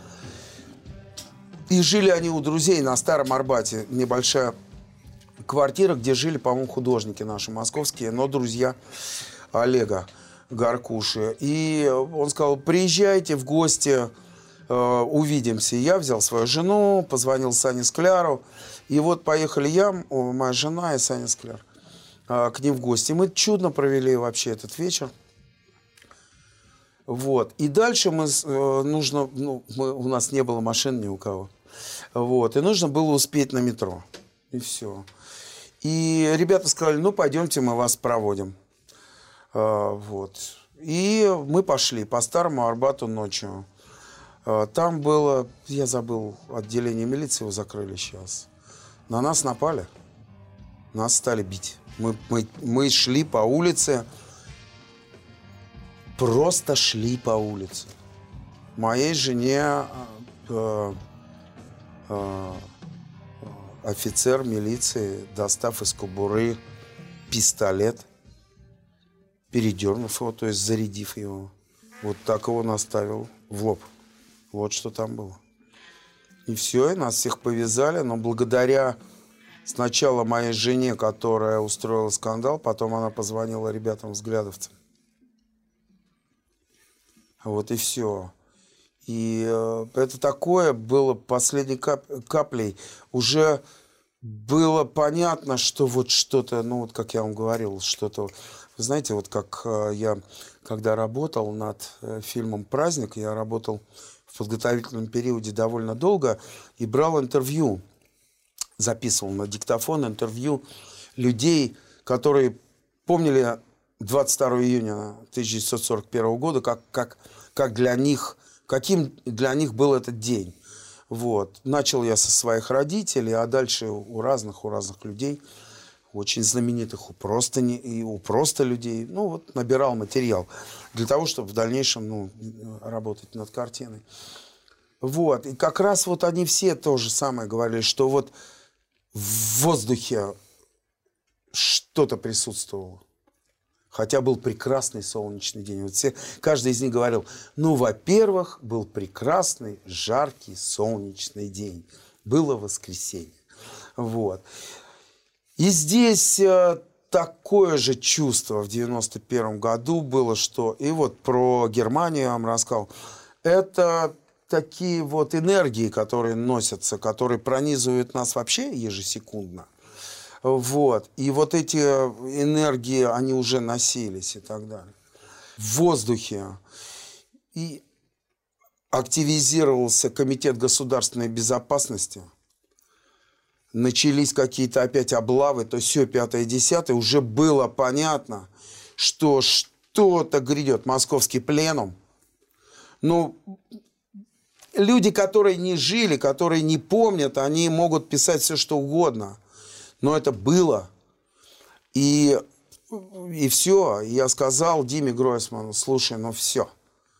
И жили они у друзей на Старом Арбате. Небольшая квартира, где жили, по-моему, художники наши московские, но друзья Олега Гаркуши. И он сказал: приезжайте в гости, увидимся. Я взял свою жену, позвонил Сане Скляру. И вот поехали я, моя жена и Саня Скляр к ним в гости. Мы чудно провели вообще этот вечер. Вот. И дальше у нас не было машин ни у кого. Вот. И нужно было успеть на метро. И все. И ребята сказали: пойдемте, мы вас проводим. Вот. И мы пошли по Старому Арбату ночью. Там было, я забыл, отделение милиции, его закрыли сейчас. На нас напали. Нас стали бить. Мы шли по улице. Просто шли по улице. Моей жене офицер милиции, достав из кобуры пистолет, передернув его, то есть зарядив его, вот так его наставил в лоб. Вот что там было. И все, и нас всех повязали, но благодаря сначала моей жене, которая устроила скандал, потом она позвонила ребятам-взглядовцам. Вот и все. И это такое было последней каплей. Уже было понятно, что вот что-то, как я вам говорил, что-то... Вы знаете, вот как я, когда работал над фильмом «Праздник», я работал в подготовительном периоде довольно долго и брал интервью записывал на диктофон интервью людей, которые помнили 22 июня 1941 года, как для них, каким для них был этот день. Вот. Начал я со своих родителей, а дальше у разных людей, очень знаменитых, у просто людей. Ну, вот набирал материал для того, чтобы в дальнейшем работать над картиной. Вот. И как раз вот они все то же самое говорили, что вот в воздухе что-то присутствовало. Хотя был прекрасный солнечный день. Вот каждый из них говорил, во-первых, был прекрасный, жаркий, солнечный день. Было воскресенье. Вот. И здесь такое же чувство в 91 году было, что... И вот про Германию я вам рассказал. Это такие вот энергии, которые носятся, которые пронизывают нас вообще ежесекундно. Вот. И вот эти энергии, они уже носились и так далее. В воздухе. И активизировался Комитет государственной безопасности. Начались какие-то опять облавы, то все, 5-10. Уже было понятно, что что-то грядет. Московский пленум. Люди, которые не жили, которые не помнят, они могут писать все, что угодно. Но это было. И все. Я сказал Диме Гройсману, слушай, все.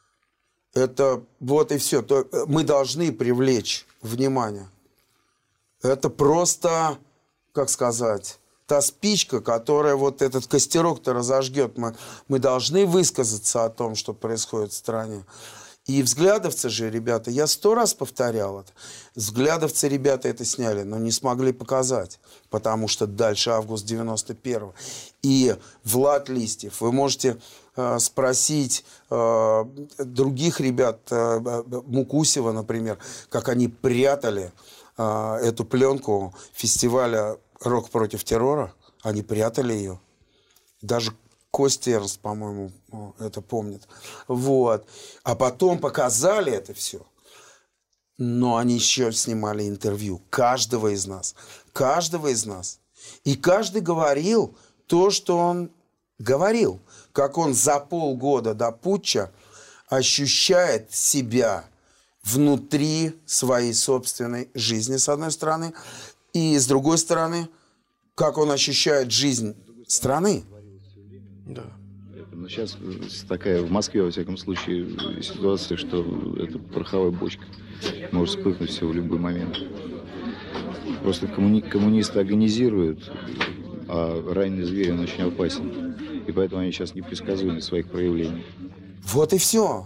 Это вот и все. Мы должны привлечь внимание. Это просто, как сказать, та спичка, которая вот этот костерок-то разожгет. Мы должны высказаться о том, что происходит в стране. И взглядовцы же, ребята, я 100 раз повторял это. Взглядовцы, ребята, это сняли, но не смогли показать. Потому что дальше август 91-го. И Влад Листьев. Вы можете спросить других ребят, Мукусева, например, как они прятали эту пленку фестиваля «Рок против террора». Они прятали ее. Даже Костя Эрнст, по-моему, это помнит. Вот. А потом показали это все. Но они еще снимали интервью. Каждого из нас. Каждого из нас. И каждый говорил то, что он говорил. Как он за полгода до путча ощущает себя внутри своей собственной жизни, с одной стороны. И с другой стороны, как он ощущает жизнь страны. Да. Но сейчас такая в Москве, во всяком случае, ситуация, что это пороховая бочка может вспыхнуть все в любой момент. Просто коммунисты агонизируют, а раненый зверь, он очень опасен. И поэтому они сейчас непредсказуемы в своих проявлениях. Вот и все.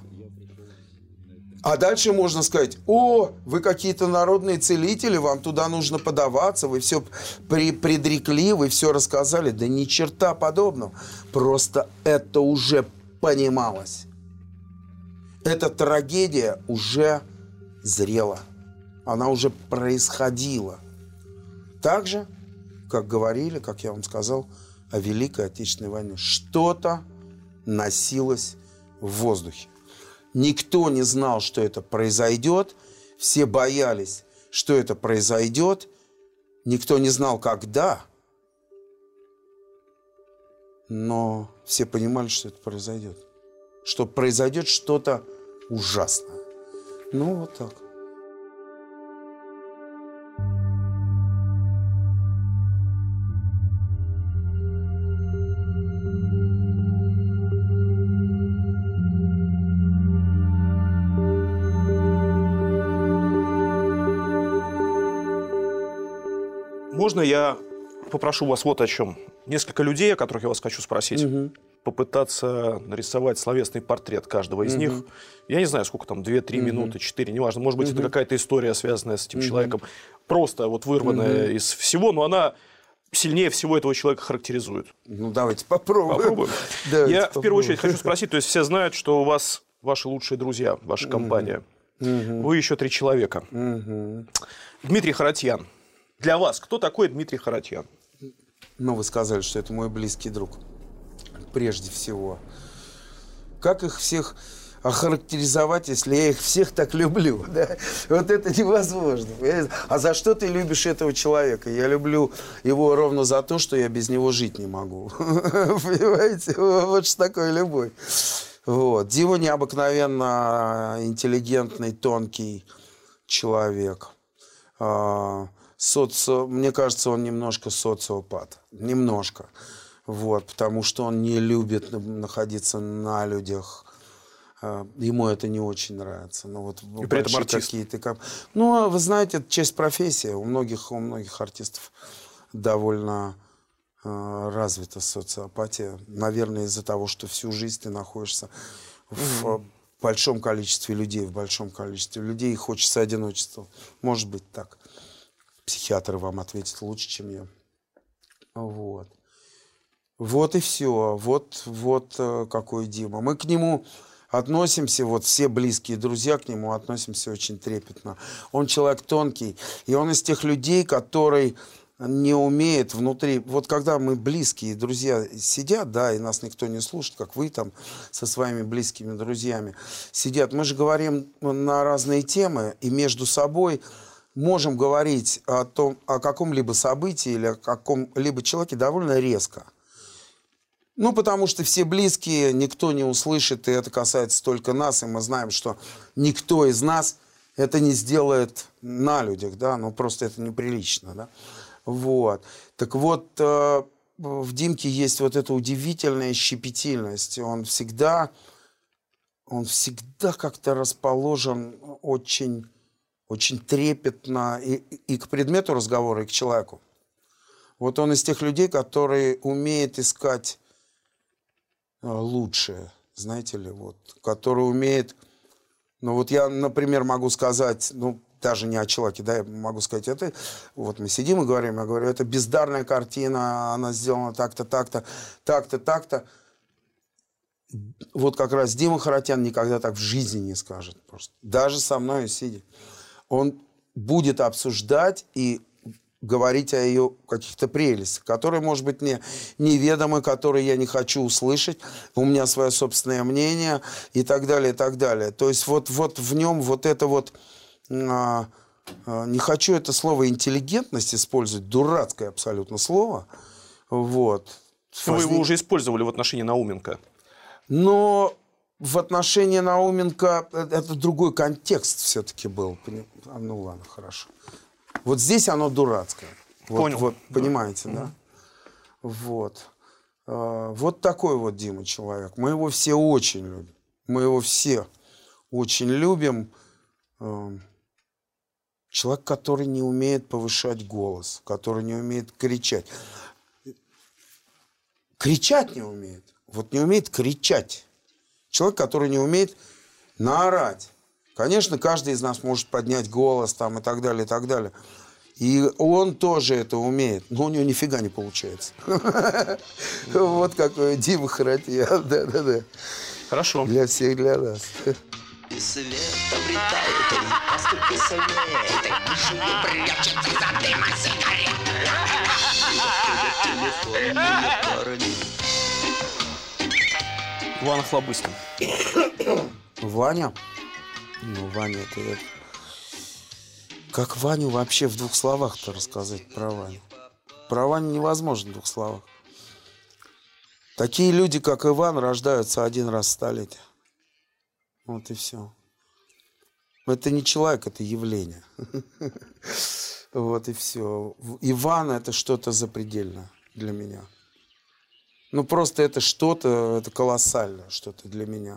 А дальше можно сказать, вы какие-то народные целители, вам туда нужно подаваться, вы все предрекли, вы все рассказали. Да ни черта подобного. Просто это уже понималось. Эта трагедия уже зрела. Она уже происходила. Так же, как говорили, как я вам сказал, о Великой Отечественной войне. Что-то носилось в воздухе. Никто не знал, что это произойдет. Все боялись, что это произойдет. Никто не знал, когда. Но все понимали, что это произойдет. Что произойдет что-то ужасное. Вот так. Можно я попрошу вас вот о чем? Несколько людей, о которых я вас хочу спросить, попытаться нарисовать словесный портрет каждого из них. Я не знаю, сколько там, 2-3 минуты, 4, неважно. Может быть, это какая-то история, связанная с этим человеком. Просто вот вырванная из всего, но она сильнее всего этого человека характеризует. Давайте попробуем. Я в первую очередь хочу спросить, то есть все знают, что у вас ваши лучшие друзья, ваша компания. Вы еще 3 человека. Дмитрий Харатьян. Для вас кто такой Дмитрий Харатьян? Вы сказали, что это мой близкий друг. Прежде всего. Как их всех охарактеризовать, если я их всех так люблю. Да? Вот это невозможно. А за что ты любишь этого человека? Я люблю его ровно за то, что я без него жить не могу. Понимаете? Вот что такое любовь. Вот. Дима необыкновенно интеллигентный, тонкий человек. Мне кажется, он немножко социопат. Немножко. Вот, потому что он не любит находиться на людях. Ему это не очень нравится. Но вот и при этом артист. Какие-то... Ну, вы знаете, это часть профессии. У многих артистов довольно развита социопатия. Наверное, из-за того, что всю жизнь ты находишься в большом количестве людей, и хочется одиночества. Может быть так. Психиатры вам ответят лучше, чем я. Вот. Вот и все. Вот какой Дима. Мы к нему относимся, вот все близкие друзья к нему относимся очень трепетно. Он человек тонкий, и он из тех людей, который не умеет внутри... Вот когда мы близкие друзья сидят, да, и нас никто не слушает, как вы там со своими близкими друзьями сидят, мы же говорим на разные темы, и между собой можем говорить о каком-либо событии или о каком-либо человеке довольно резко. Ну, потому что все близкие, никто не услышит, и это касается только нас, и мы знаем, что никто из нас это не сделает на людях, да, ну, просто это неприлично, да. Вот. Так вот, в Димке есть вот эта удивительная щепетильность. Он всегда как-то расположен очень, очень трепетно и к предмету разговора, и к человеку. Вот он из тех людей, которые умеет искать лучшее, знаете ли, вот, который умеет... Ну, вот я, например, могу сказать, ну, даже не о человеке, да, я могу сказать, это, вот мы сидим и говорим, я говорю, это бездарная картина, она сделана так-то, так-то, так-то, так-то. Вот как раз Дима Харатьян никогда так в жизни не скажет просто. Даже со мной сидя. Он будет обсуждать и говорить о ее каких-то прелестях, которые, может быть, мне неведомы, которые я не хочу услышать. У меня свое собственное мнение и так далее, и так далее. То есть вот в нем вот это вот... не хочу это слово интеллигентность использовать, дурацкое абсолютно слово. Вот. Вы его уже использовали в отношении Науменко. Но в отношении Науменко это другой контекст все-таки был. Ну ладно, хорошо. Вот здесь оно дурацкое. Понял. Вот, понимаете, да? Вот. Вот такой вот Дима человек. Мы его все очень любим. Мы его все очень любим. Человек, который не умеет повышать голос, который не умеет кричать. Кричать не умеет. Вот не умеет кричать. Человек, который не умеет наорать. Конечно, каждый из нас может поднять голос там, и так далее, и так далее. И он тоже это умеет, но у него нифига не получается. Вот какой Дима Харатьян. Да. Хорошо. Для всех, для нас. И свет обретает он, поскольку совет, души не прячется за дыма сигарет. Иван Охлобыстин. Ваня? Ну, Ваня, это... Как Ваню вообще в двух словах-то рассказать про Ваню? Про Ваню невозможно в двух словах. Такие люди, как Иван, рождаются один раз в столетие. Вот и все. Это не человек, это явление. Вот и все. Иван — это что-то запредельное для меня. Ну, просто это что-то, это колоссальное что-то для меня.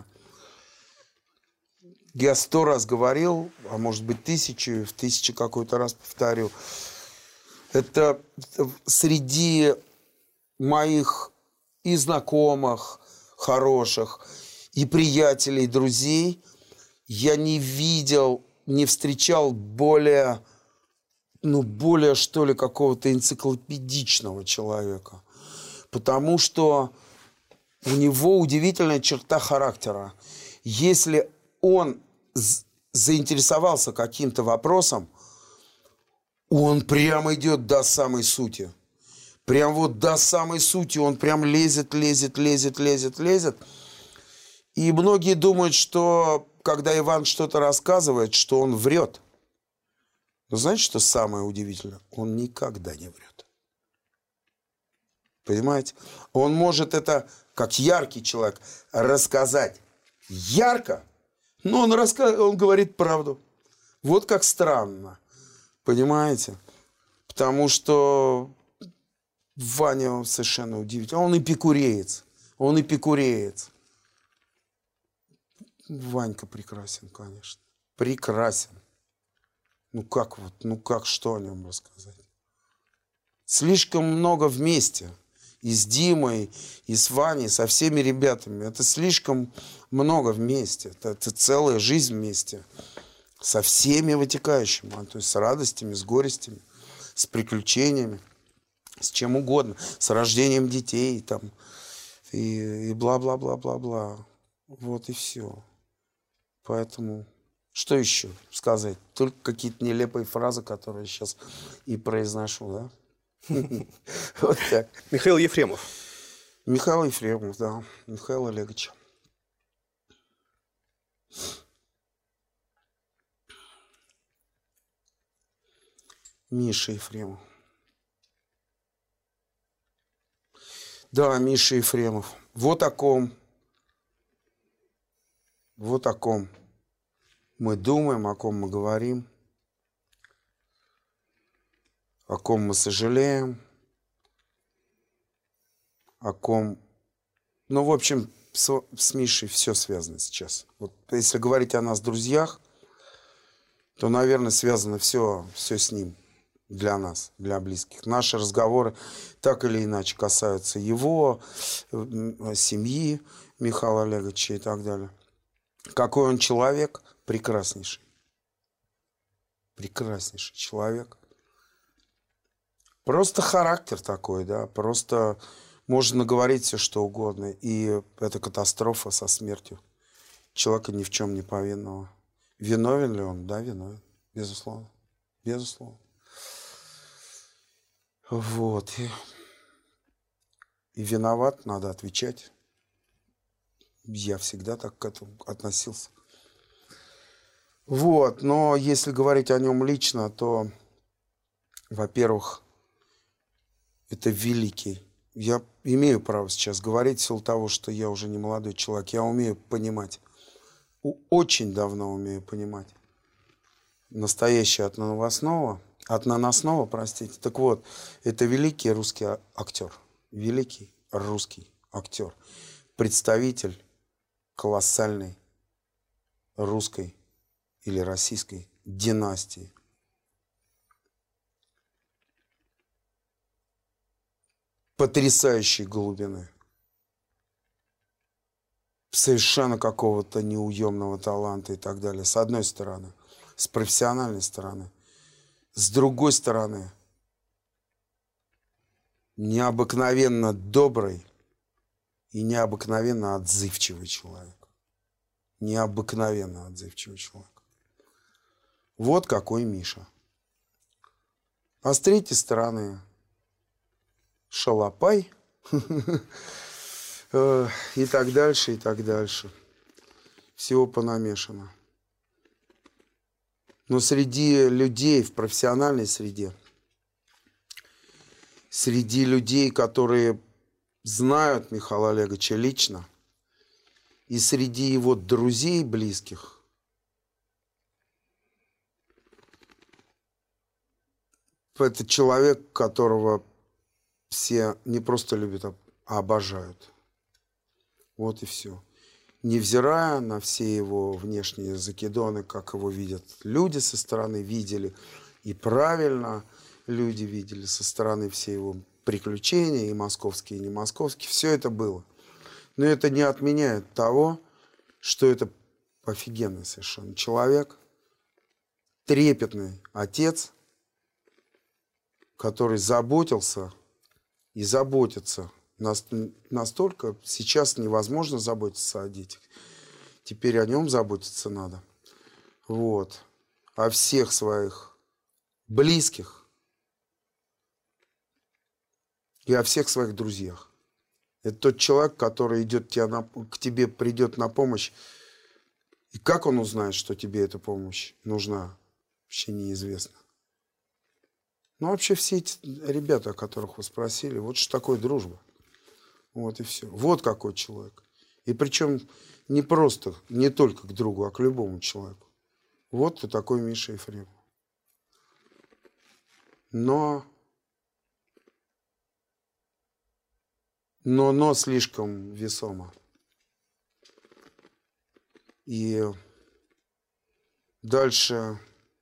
Я 100 раз говорил, а может быть 1000, в 1000 какой-то раз повторю. Это среди моих и знакомых хороших, и приятелей, и друзей я не видел, не встречал более, что ли, какого-то энциклопедичного человека. Потому что у него удивительная черта характера. Если он заинтересовался каким-то вопросом, он прямо идет до самой сути. Прям вот до самой сути он прям лезет. И многие думают, что когда Иван что-то рассказывает, что он врет. Но знаете, что самое удивительное? Он никогда не врет. Понимаете? Он может это, как яркий человек, рассказать ярко, но он говорит правду. Вот как странно. Понимаете? Потому что Ваня совершенно удивительный. Он эпикуреец. Он эпикуреец. Ванька прекрасен, конечно. Прекрасен. Ну как вот, ну как, что о нем рассказать? Слишком много вместе. И с Димой, и с Ваней, со всеми ребятами. Это слишком много вместе. Это целая жизнь вместе. Со всеми вытекающими. То есть с радостями, с горестями, с приключениями, с чем угодно. С рождением детей там, и бла-бла-бла-бла-бла. Вот и все. Поэтому, что еще сказать? Только какие-то нелепые фразы, которые я сейчас и произношу, да? Вот так. Михаил Ефремов. Михаил Ефремов, да. Михаил Олегович. Миша Ефремов. Да, Миша Ефремов. Вот о ком мы думаем, о ком мы говорим, о ком мы сожалеем, о ком... Ну, в общем, с Мишей все связано сейчас. Вот если говорить о нас, друзьях, то, наверное, связано все с ним. Для нас, для близких. Наши разговоры так или иначе касаются его, семьи Михаила Олеговича и так далее. Какой он человек? Прекраснейший. Прекраснейший человек. Просто характер такой, да. Просто можно говорить все, что угодно. И это катастрофа со смертью человека ни в чем не повинного. Виновен ли он? Да, виновен. Безусловно. Безусловно. Вот. И виноват, надо отвечать. Я всегда так к этому относился. Вот. Но если говорить о нем лично, то, во-первых, это великий. Я имею право сейчас говорить в силу того, что я уже не молодой человек. Я умею понимать. Очень давно умею понимать. Настоящее от наносного, простите. Так вот, это великий русский актер. Великий русский актер. Представитель колоссальной русской или российской династии. Потрясающей глубины. Совершенно какого-то неуемного таланта и так далее. С одной стороны. С профессиональной стороны. С другой стороны, необыкновенно добрый и необыкновенно отзывчивый человек. Необыкновенно отзывчивый человек. Вот какой Миша. А с третьей стороны шалопай и так дальше, и так дальше. Всего понамешано. Но среди людей, в профессиональной среде, среди людей, которые знают Михаила Олеговича лично, и среди его друзей близких, это человек, которого все не просто любят, а обожают. Вот и все. Невзирая на все его внешние закидоны, как его видят люди со стороны, видели, и правильно люди видели со стороны все его приключения, и московские, и не московские, все это было. Но это не отменяет того, что это офигенный совершенно человек, трепетный отец, который заботился и заботится. Настолько сейчас невозможно заботиться о детях. Теперь о нем заботиться надо. Вот. О всех своих близких и о всех своих друзьях. Это тот человек, который к тебе придет на помощь. И как он узнает, что тебе эта помощь нужна, вообще неизвестно. Ну, вообще все эти ребята, о которых вы спросили, вот что такое дружба. Вот и все. Вот какой человек. И причем не просто, не только к другу, а к любому человеку. Вот ты такой Миша Ефремов. Но слишком весомо. И дальше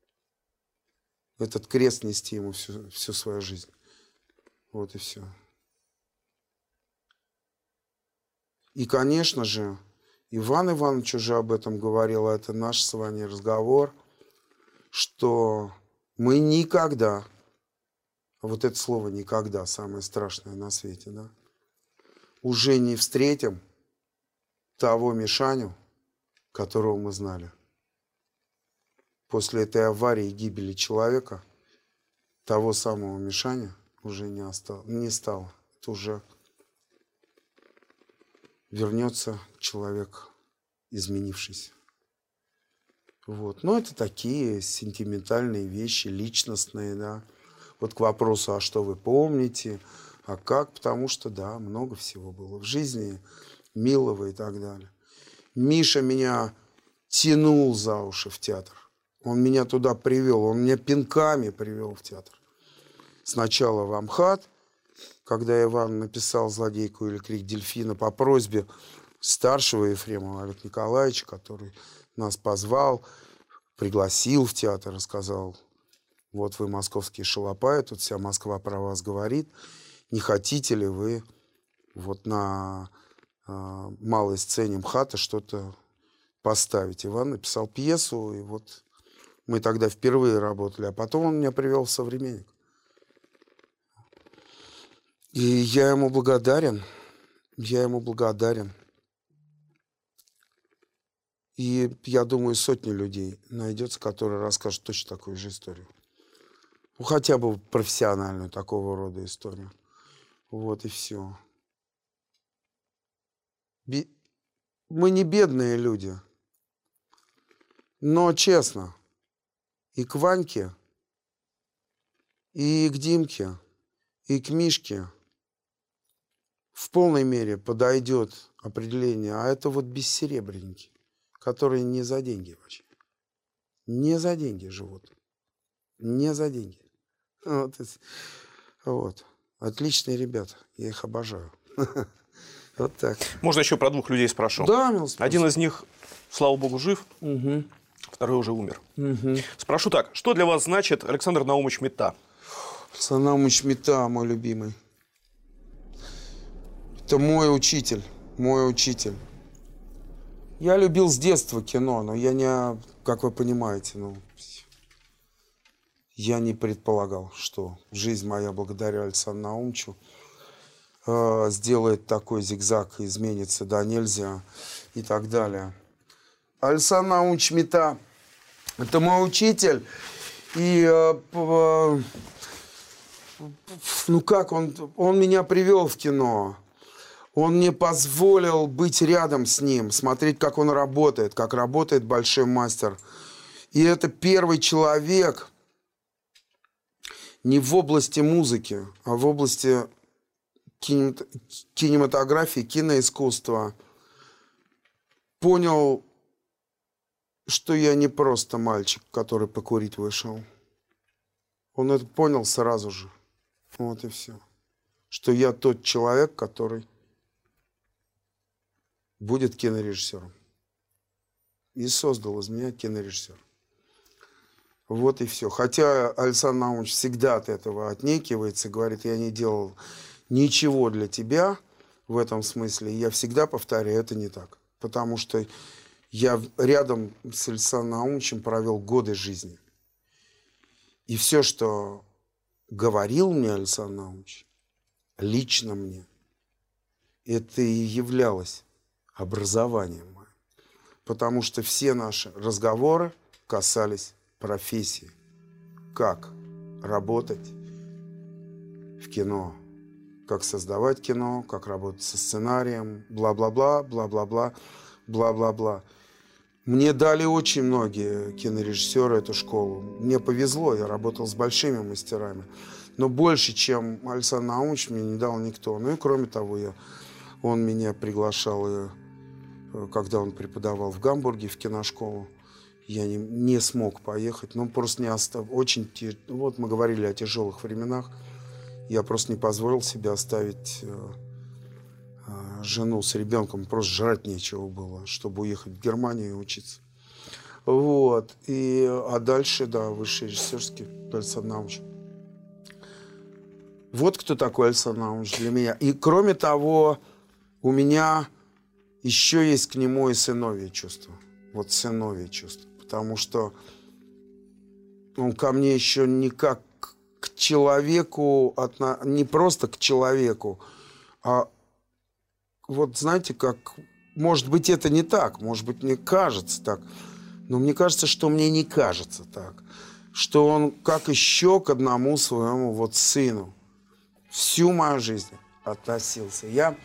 этот крест нести ему всю свою жизнь. Вот и все. И, конечно же, Иван Иванович уже об этом говорил, это наш с вами разговор, что мы никогда, вот это слово «никогда» самое страшное на свете, да, уже не встретим того Мишаню, которого мы знали. После этой аварии и гибели человека того самого Мишаня уже не стало. Это уже вернется человек изменившийся. Вот. Но это такие сентиментальные вещи, личностные, да. Вот к вопросу, а что вы помните, а как, потому что, да, много всего было в жизни, милого и так далее. Миша меня тянул за уши в театр. Он меня туда привел, он меня пинками привел в театр. Сначала в Амхат, когда Иван написал «Злодейку» или «Крик дельфина» по просьбе старшего Ефремова Олега Николаевича, который нас позвал, пригласил в театр и сказал: вот вы московские шалопаи, тут вся Москва про вас говорит, не хотите ли вы вот на малой сцене МХАТа что-то поставить? Иван написал пьесу, и вот мы тогда впервые работали, а потом он меня привел в «Современник». И я ему благодарен. И я думаю, сотни людей найдется, которые расскажут точно такую же историю. Ну, хотя бы профессиональную такого рода историю. Вот и все. Мы не бедные люди. Но честно, и к Ваньке, и к Димке, и к Мишке в полной мере подойдет определение. А это вот бессеребренники, которые не за деньги вообще. Не за деньги живут. Не за деньги. Вот. Отличные ребята. Я их обожаю. Вот так. Можно еще про двух людей спрошу? Да, милости. Один из них, слава богу, жив, второй уже умер. Спрошу так. Что для вас значит Александр Наумович Митта? Александр Наумович Митта, мой любимый. Это мой учитель. Мой учитель. Я любил с детства кино, но я не, как вы понимаете, я не предполагал, что жизнь моя благодаря Александру Наумовичу сделает такой зигзаг, изменится до нельзя и так далее. Александр Наумович Митта – это мой учитель. И как он меня привел в кино. Он мне позволил быть рядом с ним, смотреть, как он работает, как работает большой мастер. И это первый человек не в области музыки, а в области кинематографии, киноискусства. Понял, что я не просто мальчик, который покурить вышел. Он это понял сразу же. Вот и все. Что я тот человек, который будет кинорежиссером. И создал из меня кинорежиссера. Вот и все. Хотя Александр Наумович всегда от этого отнекивается, говорит, я не делал ничего для тебя в этом смысле. И я всегда повторяю, это не так. Потому что я рядом с Александром Наумовичем провел годы жизни. И все, что говорил мне Александр Наумович, лично мне, это и являлось образованием моим. Потому что все наши разговоры касались профессии. Как работать в кино, как создавать кино, как работать со сценарием, бла-бла-бла, бла-бла-бла, бла-бла-бла. Мне дали очень многие кинорежиссеры эту школу. Мне повезло, я работал с большими мастерами. Но больше, чем Александр Наумович, мне не дал никто. Ну и кроме того, он меня приглашал, когда он преподавал в Гамбурге, в киношколу. Я не смог поехать, ну просто не остав... очень... Вот мы говорили о тяжелых временах. Я просто не позволил себе оставить жену с ребенком. Просто жрать нечего было, чтобы уехать в Германию и учиться. Вот. А дальше, да, высший режиссерский Александр Наумович. Вот кто такой Александр Наумович для меня. И кроме того, у меня еще есть к нему и сыновье чувство. Вот сыновье чувство. Потому что он ко мне еще не как к человеку, не просто к человеку, а вот знаете, как... Может быть, это не так, может быть, мне кажется так, но мне кажется, что мне не кажется так. Что он как еще к одному своему вот сыну всю мою жизнь относился. Ой,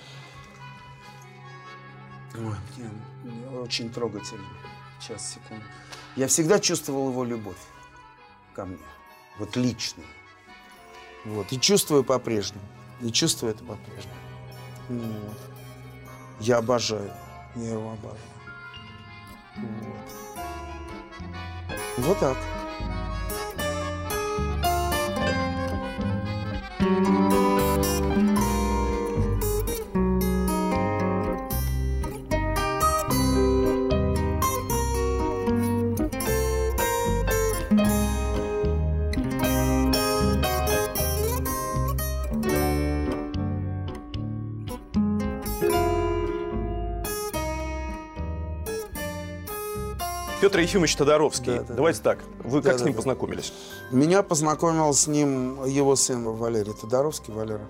мне очень трогательно. Сейчас, секунду. Я всегда чувствовал его любовь ко мне. Вот личную. Вот. И чувствую по-прежнему. И чувствую это по-прежнему. Вот. Я обожаю. Я его обожаю. Вот. Вот так. Петр Ефимович Тодоровский. Давайте так. Вы как с ним познакомились? Меня познакомил с ним его сын Валерий Тодоровский, Валера.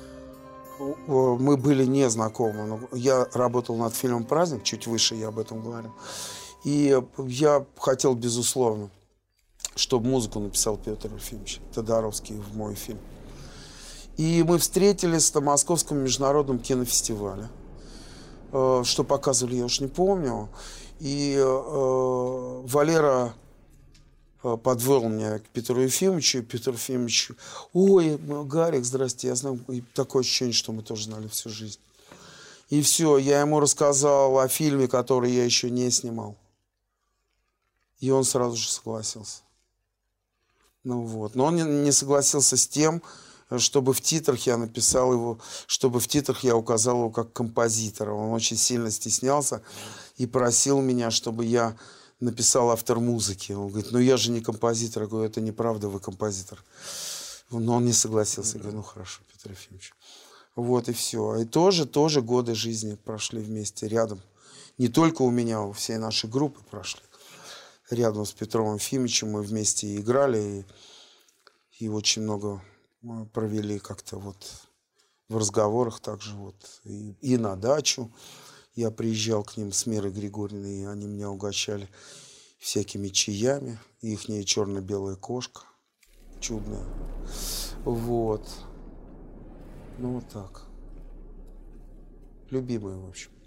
Мы были не знакомы. Но я работал над фильмом «Праздник», чуть выше я об этом говорил. И я хотел, безусловно, чтобы музыку написал Петр Ефимович Тодоровский в мой фильм. И мы встретились на Московском международном кинофестивале. Что показывали, я уж не помню. И Валера подвел меня к Петру Ефимовичу. Петр Ефимович: ой, Гарик, здрасте, я знаю. И такое ощущение, что мы тоже знали всю жизнь. И все, я ему рассказал о фильме, который я еще не снимал. И он сразу же согласился. Ну вот. Но он не согласился с тем, чтобы в титрах я написал его, чтобы в титрах я указал его как композитора. Он очень сильно стеснялся и просил меня, чтобы я написал автор музыки. Он говорит: ну я же не композитор. Я говорю: это неправда, вы композитор. Но он не согласился. Я говорю: ну хорошо, Петр Ефимович. Вот и все. И тоже годы жизни прошли вместе, рядом. Не только у меня, у всей нашей группы прошли. Рядом с Петром Ефимовичем мы вместе играли. И очень много мы провели как-то вот в разговорах также вот. И на дачу. Я приезжал к ним с Мирой Григорьевной, и они меня угощали всякими чаями. Ихняя черно-белая кошка. Чудная. Вот. Ну, вот так. Любимая, в общем.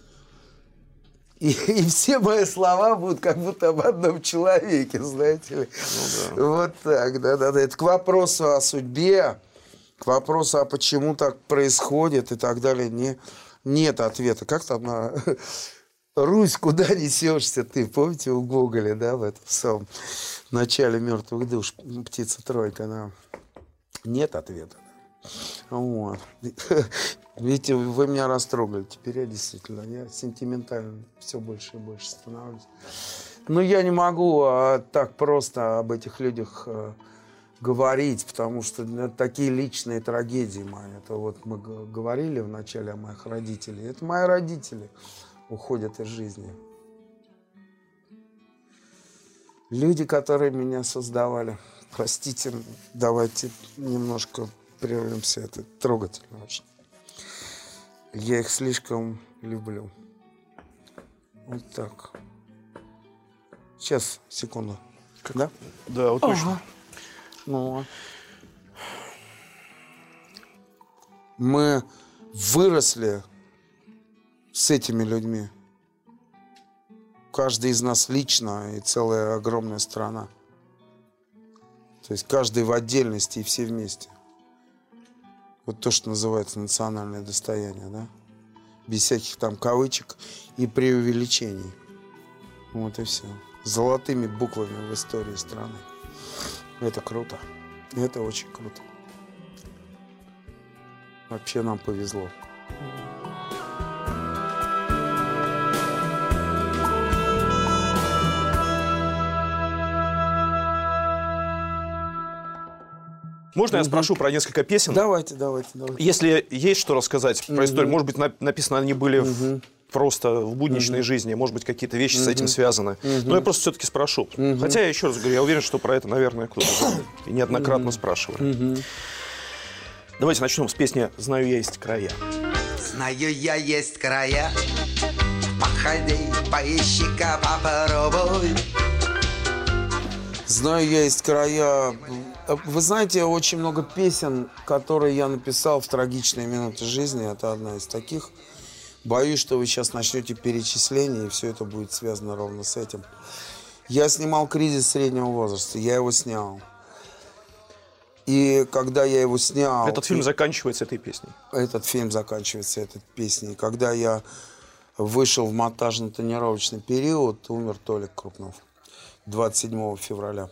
И все мои слова будут как будто об одном человеке, знаете ли. Ну, да. Вот так, да. Это к вопросу о судьбе, к вопросу, а почему так происходит и так далее. Нет ответа. Как там на «Русь, куда несешься ты»? Помните у Гоголя, да, в этом самом начале «Мертвых душ» птица тройка, да. Нет ответа. Вот. Видите, вы меня растрогали. Теперь я действительно сентиментально все больше и больше становлюсь. Но я не могу так просто об этих людях говорить, потому что это такие личные трагедии мои. Это вот мы говорили вначале о моих родителях. Это мои родители уходят из жизни. Люди, которые меня создавали. Простите, давайте немножко прервемся. Это трогательно очень. Я их слишком люблю. Вот так. Сейчас, секунду. Да? Да, вот точно. Ну. Мы выросли с этими людьми. Каждый из нас лично и целая огромная страна. То есть каждый в отдельности и все вместе. Вот то, что называется национальное достояние, да? Без всяких там кавычек и преувеличений. Вот и все. Золотыми буквами в истории страны. Это круто. Это очень круто. Вообще нам повезло. Можно я спрошу про несколько песен? Давайте. Если есть что рассказать про историю, может быть, написано они были просто в будничной жизни, может быть, какие-то вещи с этим связаны. Но я просто все-таки спрошу. Хотя, я еще раз говорю, я уверен, что про это, наверное, кто-то знает. И неоднократно спрашивали. Давайте начнем с песни «Знаю я есть края». Знаю я есть края, походи, поищи-ка, попробуй. Знаю я есть края. Вы знаете, очень много песен, которые я написал в трагичные минуты жизни. Это одна из таких. Боюсь, что вы сейчас начнете перечисление, и все это будет связано ровно с этим. Я снимал «Кризис среднего возраста». Я его снял. И когда я его снял... Этот фильм заканчивается этой песней. Этот фильм заканчивается этой песней. Когда я вышел в монтажно-тренировочный период, умер Толик Крупнов. 27 февраля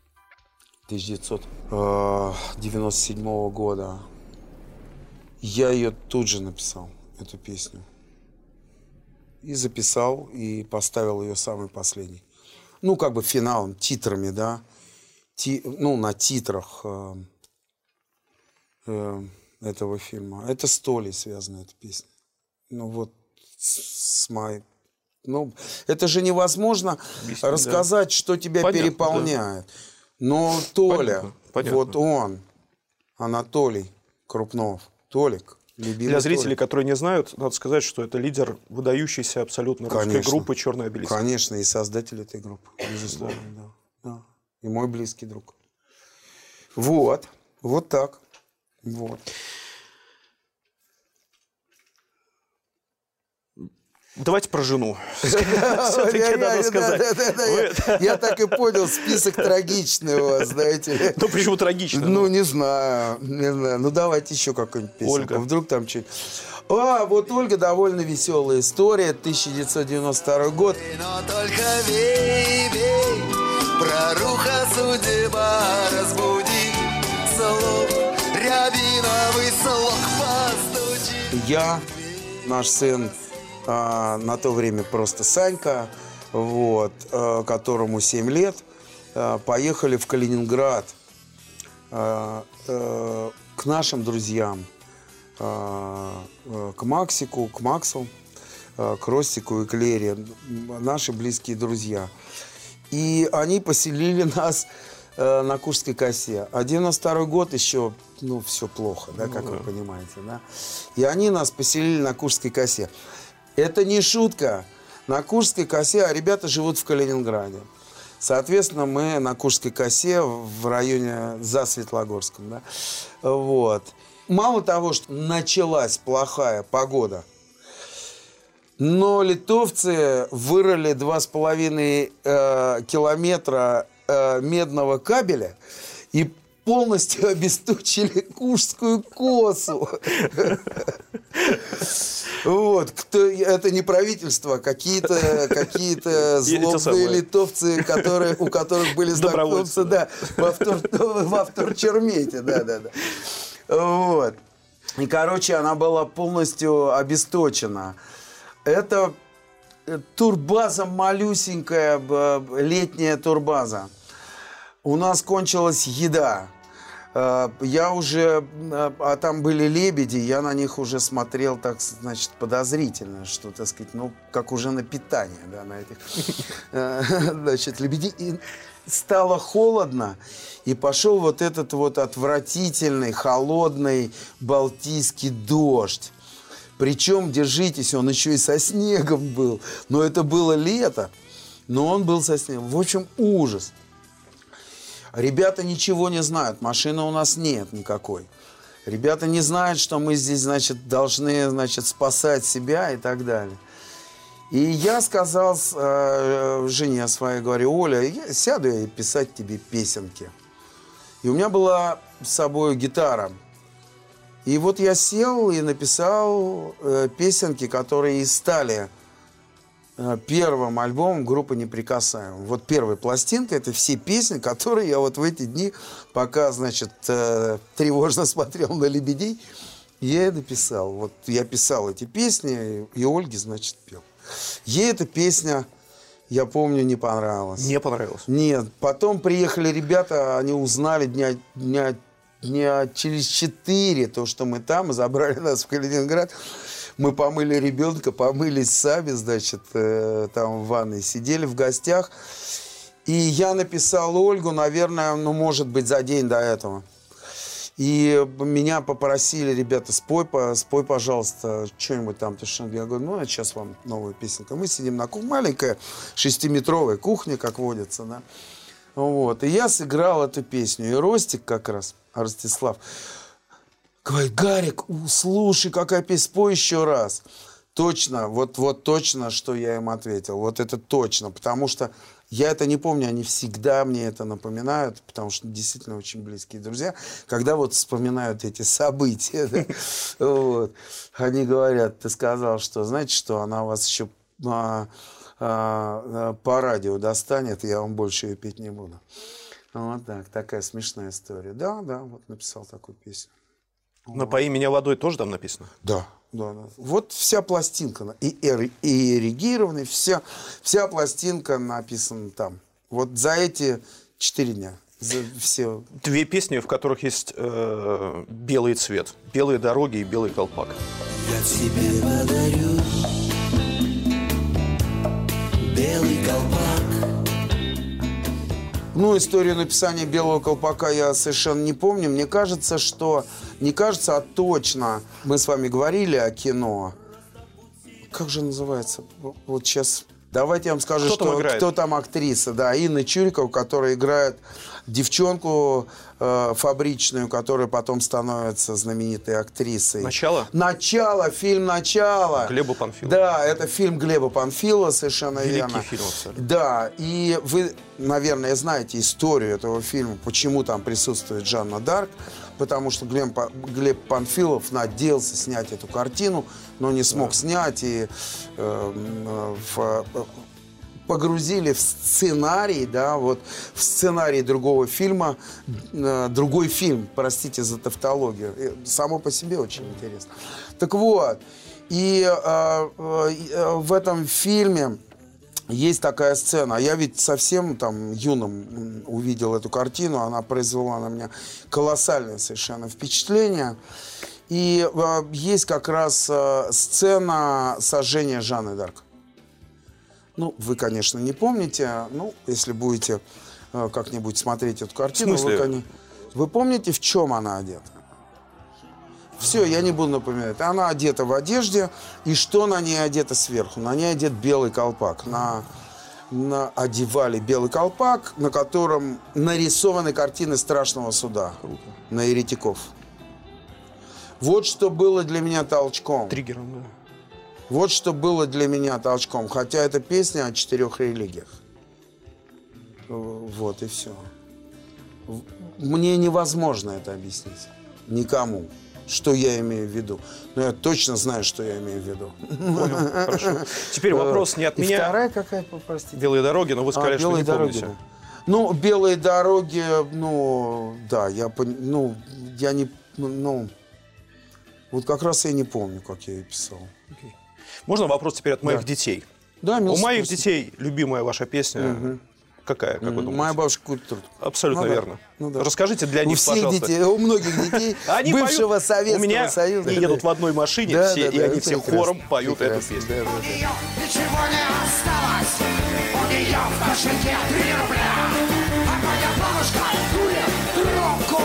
1997 года. Я ее тут же написал, эту песню. И записал, и поставил ее самый последний. Ну, как бы финалом, титрами, да. На титрах этого фильма. Это с Толей связана эта песня. Ну, вот с моей... Ну, это же невозможно рассказать, да, что тебя переполняет. Да. Но Толя, понятно. Вот он, Анатолий Крупнов, Толик, любимый Для зрителей, Толик. Которые не знают, надо сказать, что это лидер выдающейся абсолютно русской группы «Черный обелиск». Конечно, и создатель этой группы, безусловно, да. И мой близкий друг. Вот так. Вот. Давайте про жену. Все-таки надо сказать. Я так и понял, список трагичный у вас, знаете. Ну, почему трагичный? Ну, не знаю. Ну, давайте еще какую-нибудь песню. Ольга. Вдруг там что-нибудь. Вот Ольга, довольно веселая история. 1992 год. Но только вей, проруха судьба, разбуди слух, рябиновый слог постучи. Я, наш сын, на то время просто Санька, которому 7 лет, поехали в Калининград к нашим друзьям, к Максику, к Максу, к Ростику и к Лере, наши близкие друзья. И они поселили нас на Куршской косе. А 92 год еще, все плохо, да, как вы понимаете, да. И они нас поселили на Куршской косе. Это не шутка. На Куршской косе, а ребята живут в Калининграде. Соответственно, мы на Куршской косе в районе за Светлогорском. Да? Вот. Мало того, что началась плохая погода, но литовцы вырыли 2,5 километра медного кабеля и полностью обесточили Куршскую косу. Вот. Это не правительство, какие-то злобные литовцы, у которых были знакомцы, да, во вторчермете. Да. Вот. И, короче, она была полностью обесточена. Это турбаза малюсенькая, летняя турбаза. У нас кончилась еда. Я уже... А там были лебеди, я на них уже смотрел, так, значит, подозрительно, что, так сказать, как уже на питание, да, на этих, значит, лебедей. И стало холодно, и пошел вот этот вот отвратительный, холодный балтийский дождь. Причем, держитесь, он еще и со снегом был. Но это было лето, но он был со снегом. В общем, ужас. Ребята ничего не знают, машины у нас нет никакой. Ребята не знают, что мы здесь, значит, должны, значит, спасать себя и так далее. И я сказал жене своей, говорю: Оля, я сяду и писать тебе песенки. И у меня была с собой гитара. И вот я сел и написал песенки, которые и стали первым альбомом группы «Неприкасаемые». Вот первая пластинка — это все песни, которые я вот в эти дни, пока, значит, тревожно смотрел на лебедей, я и написал. Вот я писал эти песни, и Ольге, значит, пел. Ей эта песня, я помню, не понравилась. Не понравилась? Нет. Потом приехали ребята, они узнали дня через 4, то, что мы там, и забрали нас в Калининград. Мы помыли ребенка, помылись сами, значит, там в ванной сидели в гостях. И я написал Ольгу, наверное, ну, может быть, за день до этого. И меня попросили: ребята, спой, пожалуйста, что-нибудь там. Я говорю: ну, сейчас вам новая песенка. Мы сидим на кухне, маленькая 6-метровая кухня, как водится, да. Вот. И я сыграл эту песню. И Ростик как раз, Ростислав, говорит: Гарик, слушай, какая песня, спой еще раз. Точно, вот точно, что я им ответил. Вот это точно, потому что я это не помню, они всегда мне это напоминают, потому что действительно очень близкие друзья. Когда вот вспоминают эти события, да, вот, они говорят: ты сказал, что, знаете что, она вас еще по радио достанет, я вам больше ее петь не буду. Вот так, такая смешная история. Да, вот написал такую песню. «Напои меня водой» тоже там написано? Да. Вот вся пластинка, и эрегированная, вся пластинка написана там. Вот за эти 4 дня. Все. 2 песни, в которых есть белый цвет. «Белые дороги» и «Белый колпак». Я тебе подарю белый колпак. Ну, историю написания «Белого колпака» я совершенно не помню. Мне кажется, что... Не кажется, а точно. Мы с вами говорили о кино. Как же называется? Вот сейчас... Давайте я вам скажу, кто там актриса. Да, Инна Чурикова, которая играет девчонку фабричную, которая потом становится знаменитой актрисой. «Начало»? «Начало», фильм «Начало». Глеба Панфилова. Да, это фильм Глеба Панфилова, совершенно верно. Великий фильм, абсолютно. Да, и вы, наверное, знаете историю этого фильма, почему там присутствует Жанна Дарк. Потому что Глеб Панфилов надеялся снять эту картину, но не смог снять. И погрузили в сценарий, да, вот в сценарий другого фильма, другой фильм, простите за тавтологию. Само по себе очень интересно. Так вот, и в этом фильме есть такая сцена. Я ведь совсем там юным увидел эту картину. Она произвела на меня колоссальное совершенно впечатление. И есть как раз сцена сожжения Жанны Дарк. Ну, вы, конечно, не помните. Ну, если будете как-нибудь смотреть эту картину, вы помните, в чем она одета? Все, я не буду напоминать. Она одета в одежде, и что на ней одето сверху? На ней одет белый колпак. Одевали белый колпак, на котором нарисованы картины страшного суда. Круто. На еретиков. Вот что было для меня толчком. Триггером, да. Вот что было для меня толчком. Хотя это песня о 4 религиях. Вот и все. Мне невозможно это объяснить. Никому. Что я имею в виду. Но я точно знаю, что я имею в виду. Понял, хорошо. Теперь вопрос не от меня. И вторая какая, простите? «Белые дороги», но вы сказали, что не помните. Да. Ну, «Белые дороги», ну, да, вот как раз я не помню, как я ее писал. Okay. Можно вопрос теперь от моих детей? Да, у моих детей любимая ваша песня какая, как вы думаете? «Моя бабушка курит трубку». Абсолютно верно. Да. Расскажите для них, пожалуйста. Детей, у многих детей бывшего Советского Союза. Они едут в одной машине, все, и они все хором поют эту песню. Ничего не осталось, у нее в кошельке 3 рубля, а моя бабушка курит трубку.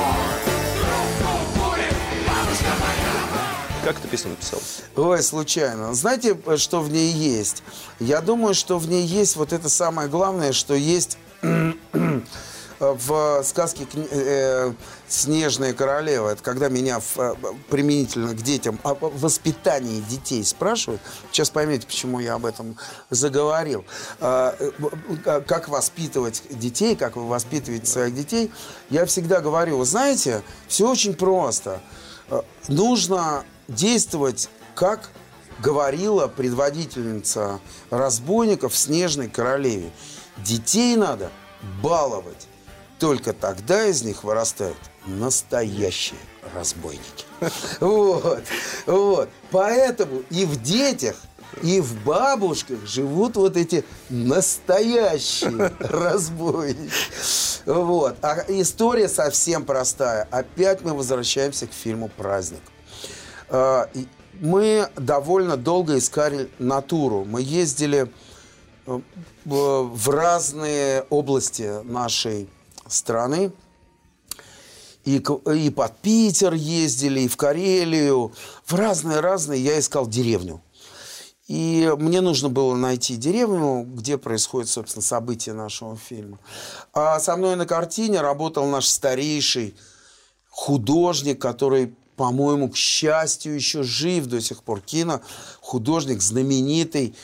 Бабушка моя. Как эту песню написал? Ой, случайно. Знаете, что в ней есть? Я думаю, что в ней есть вот это самое главное, что есть в сказке «Снежная королева», это когда меня применительно к детям, о воспитании детей спрашивают, сейчас поймете, почему я об этом заговорил, как воспитывать детей, как вы воспитываете своих детей, я всегда говорю, вы знаете, все очень просто. Нужно действовать, как говорила предводительница разбойников в «Снежной королеве». Детей надо баловать. Только тогда из них вырастают настоящие разбойники. Вот. Поэтому и в детях, и в бабушках живут вот эти настоящие разбойники. Вот. А история совсем простая. Опять мы возвращаемся к фильму «Праздник». Мы довольно долго искали натуру. Мы ездили в разные области нашей страны. И под Питер ездили, и в Карелию. В разные. Я искал деревню. И мне нужно было найти деревню, где происходит, собственно, событие нашего фильма. А со мной на картине работал наш старейший художник, который, по-моему, к счастью, еще жив до сих пор. Кинохудожник, знаменитый,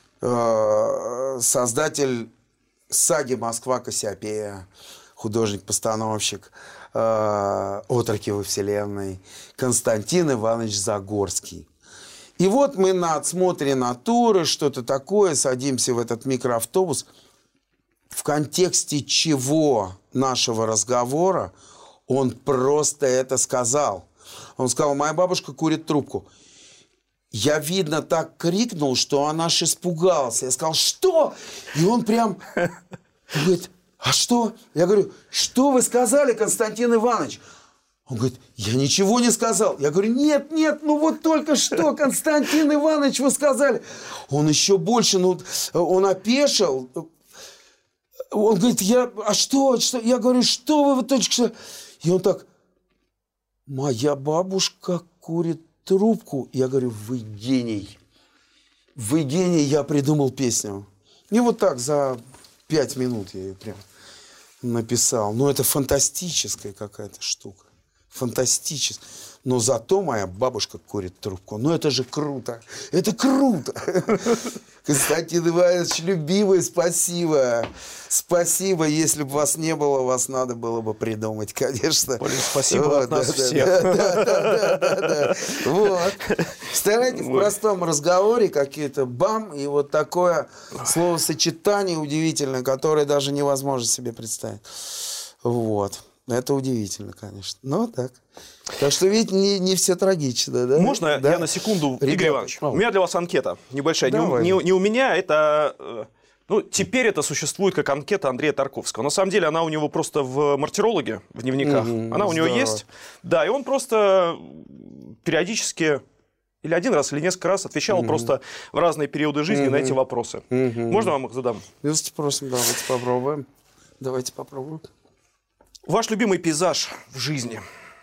создатель саги «Москва-Кассиопея», художник-постановщик «Отроки во вселенной», Константин Иванович Загорский. И вот мы на отсмотре натуры, что-то такое, садимся в этот микроавтобус, в контексте чего нашего разговора он просто это сказал. Он сказал, моя бабушка курит трубку. Я, видно, так крикнул, что он аж испугался. Я сказал, что? И он прям говорит, а что? Я говорю, что вы сказали, Константин Иванович? Он говорит, я ничего не сказал. Я говорю, нет, ну вот только что, Константин Иванович, вы сказали. Он еще больше, он опешил. Он говорит, а что? Я говорю, что вы только что? И он так, моя бабушка курит трубку. Я говорю, вы гений. Вы гений, я придумал песню. И вот так за 5 минут я ее прям написал. Ну, это фантастическая какая-то штука. Фантастическая. Но зато моя бабушка курит трубку. Ну, это же круто. Это круто. Константин Иванович, любимый, спасибо. Спасибо. Если бы вас не было, вас надо было бы придумать, конечно. Полин, спасибо от нас всех. Да. Вот. Старайтесь в простом разговоре какие-то бам, и вот такое словосочетание удивительное, которое даже невозможно себе представить. Вот. Это удивительно, конечно. Но так. Так что, видите, не все трагично. Да? Можно да? я на секунду, Игорь Иванович? У меня для вас анкета небольшая. Не у меня, это... Ну, теперь это существует как анкета Андрея Тарковского. На самом деле она у него просто в мартирологе, в дневниках. Она у него есть. Да, и он просто периодически... Или один раз, или несколько раз отвечал просто в разные периоды жизни на эти вопросы. Можно вам их задам? Милости просим, давайте попробуем. Давайте попробуем. Ваш любимый пейзаж в жизни?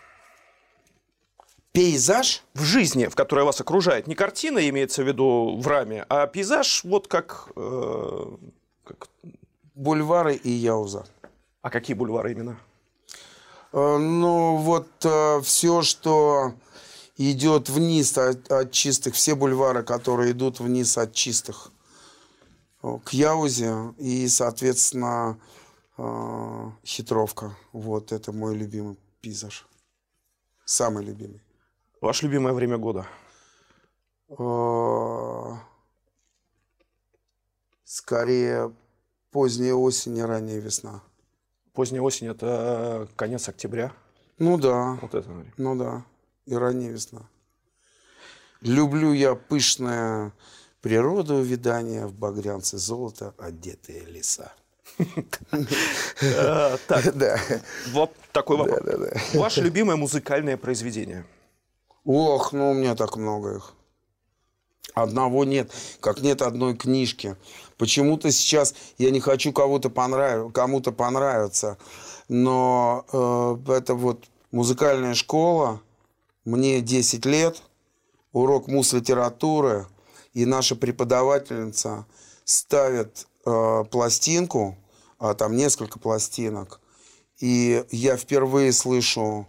Пейзаж? В жизни, в которой вас окружает. Не картина, имеется в виду в раме, а пейзаж вот как... Бульвары и Яуза. А какие бульвары именно? Ну, вот все, что идет вниз от чистых, все бульвары, которые идут вниз от чистых к Яузе и, соответственно... Хитровка. Вот это мой любимый пейзаж. Самый любимый. Ваше любимое время года? Скорее поздняя осень и ранняя весна. Поздняя осень – это конец октября? Ну да. Вот это. Ну да. И ранняя весна. Люблю я пышное природоувядание, в багрянце золота одетые леса. Так, вот такой вопрос. Ваше любимое музыкальное произведение? Ох, ну у меня так много их. Одного нет, как нет одной книжки. Почему-то сейчас я не хочу кому-то понравиться, но это вот музыкальная школа, мне 10 лет, урок муз-литературы, и наша преподавательница ставит пластинку, там несколько пластинок, И я впервые слышу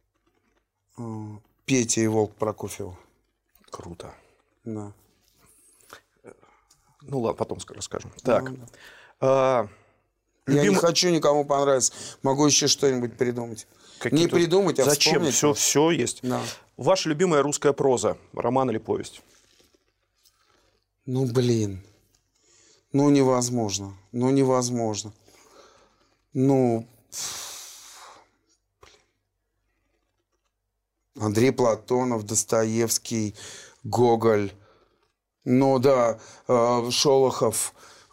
Петя и Волк Прокофьева. Круто. Да. Ну ладно, потом расскажем. Так. Я не хочу никому понравиться. Могу еще что-нибудь придумать. Не придумать, а зачем? вспомнить. Все есть. Да. Ваша любимая русская проза, роман или повесть? Ну, блин. Ну, невозможно. Ну, невозможно. Ну, Андрей Платонов, Достоевский, Гоголь. Ну, да, Шолохов,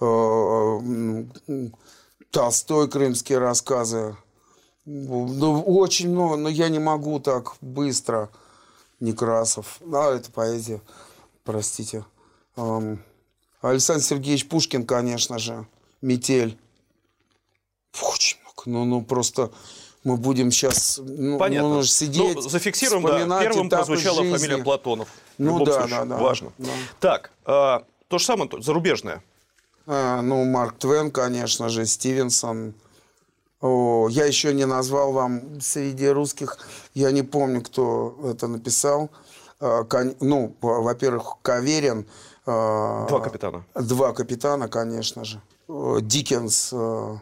Толстой, крымские рассказы. Ну, очень много, но я не могу так быстро. Некрасов. Это поэзия, простите. Александр Сергеевич Пушкин, конечно же. Метель. Очень много. Ну, просто мы будем сейчас Понятно. Сидеть, зафиксируем, да. Первым прозвучала жизни. фамилия Платонов. В Ну, любом да, случае. да. Важно. Да. Так, то же самое, зарубежное. Марк Твен, конечно же, Стивенсон. Я еще не назвал вам среди русских, я не помню, кто это написал. Ну, во-первых, Каверин. Два капитана. Два капитана, конечно же. Диккенс,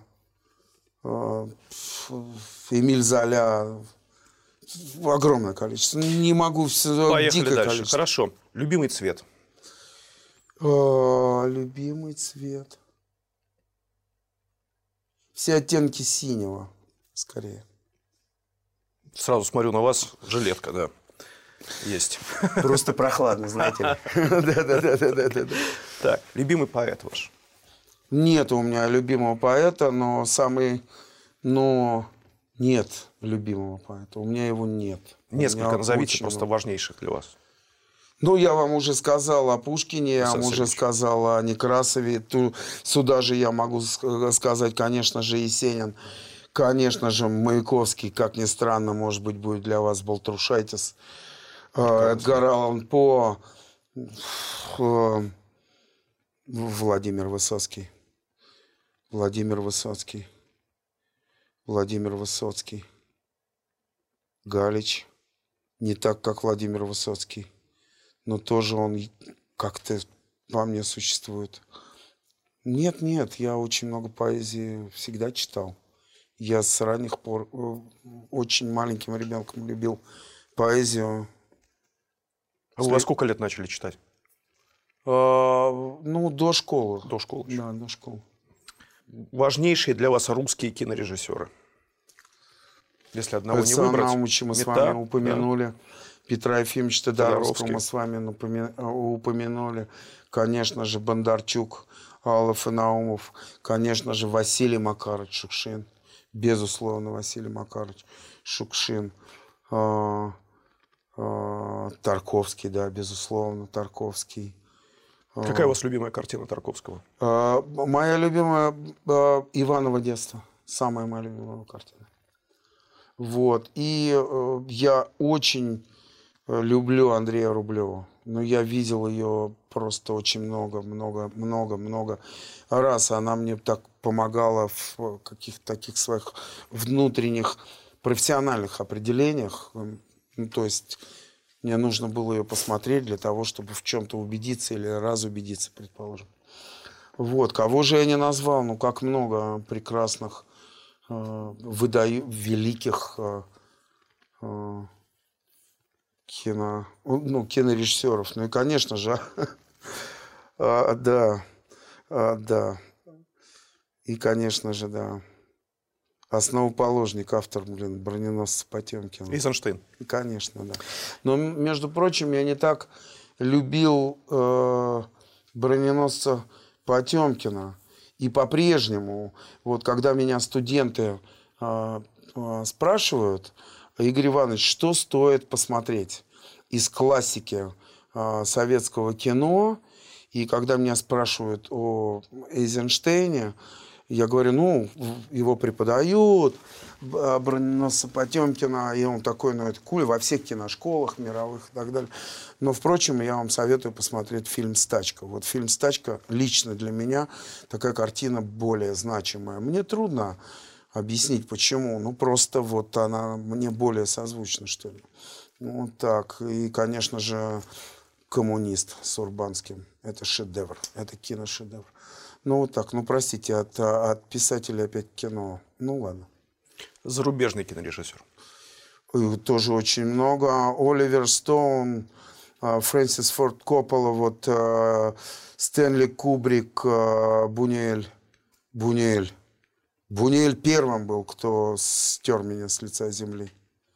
Эмиль Золя. Огромное количество. Не могу все. Поехали дикое дальше. количество. Хорошо. Любимый цвет. Любимый цвет. Все оттенки синего, скорее. Сразу смотрю на вас. Жилетка, да. Есть. Просто прохладно, знаете ли. Да. Так, любимый поэт ваш. Нет у меня любимого поэта, но нет любимого поэта. У меня его нет. Несколько назовите просто важнейших для вас. Ну, я вам уже сказал о Пушкине, я вам уже сказал о Некрасове. Сюда же я могу сказать, конечно же, Есенин. Конечно же, Маяковский, как ни странно, может быть, будет для вас Балтрушайтис. Эдгар Аллан По. Владимир Высоцкий. Галич. Не так, как Владимир Высоцкий. Но тоже он как-то во мне существует. Нет, я очень много поэзии всегда читал. Я с ранних пор очень маленьким ребенком любил поэзию. А вы во сколько лет начали читать? До школы. До школы еще. Да, до школы. Важнейшие для вас русские кинорежиссеры? Если одного Александра не выбрать. Наумовича мы с вами упомянули. Да. Петра Ефимовича Тодоровского мы с вами упомянули. Конечно же, Бондарчук, Аллов и Наумов. Конечно же, Василий Макарович Шукшин. Безусловно, Василий Макарович Шукшин. Тарковский, да, безусловно, Тарковский. Какая у вас любимая картина Тарковского? Моя любимая «Иваново детство». Самая моя любимая картина. Вот. И я очень люблю Андрея Рублева. Но я видел ее просто очень много раз. Она мне так помогала в каких-то таких своих внутренних профессиональных определениях. Ну, то есть мне нужно было ее посмотреть для того, чтобы в чем-то убедиться или разубедиться, предположим. Вот. Кого же я не назвал? Ну, как много прекрасных, великих кинорежиссеров. Ну и, конечно же, да. И, конечно же, да. Основоположник, автор, «Броненосца Потемкина». Эйзенштейн. Конечно, да. Но, между прочим, я не так любил «Броненосца Потемкина». И по-прежнему, вот когда меня студенты спрашивают: Игорь Иванович, что стоит посмотреть из классики советского кино? И когда меня спрашивают о Эйзенштейне, я говорю, его преподают, «Броненосца Потемкина», и он такой, это куль во всех киношколах мировых и так далее. Но, впрочем, я вам советую посмотреть фильм «Стачка». Вот фильм «Стачка» лично для меня такая картина более значимая. Мне трудно Объяснить почему. Ну, просто вот она мне более созвучна, что ли. Ну, вот так. И, конечно же, «Коммунист» с Урбанским. Это шедевр. Это киношедевр. Ну, вот так. Ну, простите, от писателя опять кино. Ну, ладно. Зарубежный кинорежиссер. Тоже очень много. Оливер Стоун, Фрэнсис Форд Коппола, вот Стэнли Кубрик, Бунюэль. Бунюэль первым был, кто стер меня с лица земли.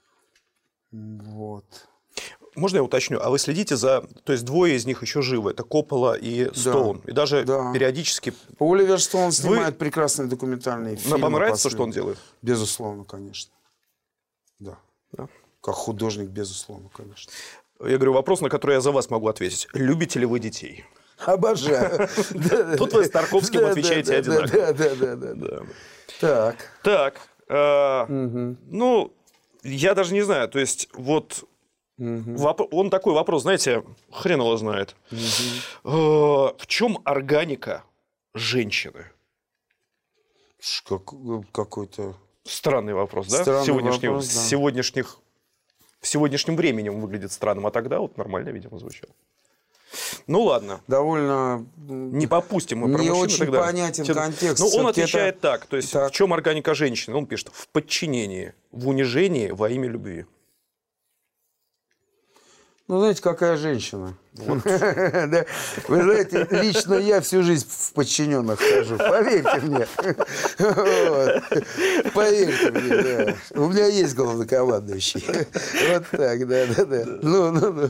Вот. Можно я уточню? А вы следите за... То есть двое из них еще живы. Это Коппола и Стоун. И даже периодически... Оливер Стоун снимает прекрасные документальные фильмы. Вам нравится то, что он делает? Безусловно, конечно. Да. Как художник, безусловно, конечно. Я говорю, вопрос, на который я за вас могу ответить. Любите ли вы детей? Обожаю. Тут вы с Тарковским отвечаете одинаково. Так. Ну, я даже не знаю. То есть, вот... Он такой вопрос, знаете, хрен его знает. В чем органика женщины? Какой-то... Странный вопрос, да? Сегодняшним временем выглядит странным, а тогда вот нормально, видимо, звучало. Ну ладно. Довольно... Не попустим мы про не мужчин очень тогда. Понятен контекст. Ну, он отвечает так. То есть, в чем органика женщины? Он пишет: в подчинении, в унижении во имя любви. Ну, знаете, какая женщина? Вы знаете, лично я всю жизнь в подчиненных хожу. Поверьте мне. Поверьте мне, да. У меня есть главнокомандующий. Вот так, да. Ну.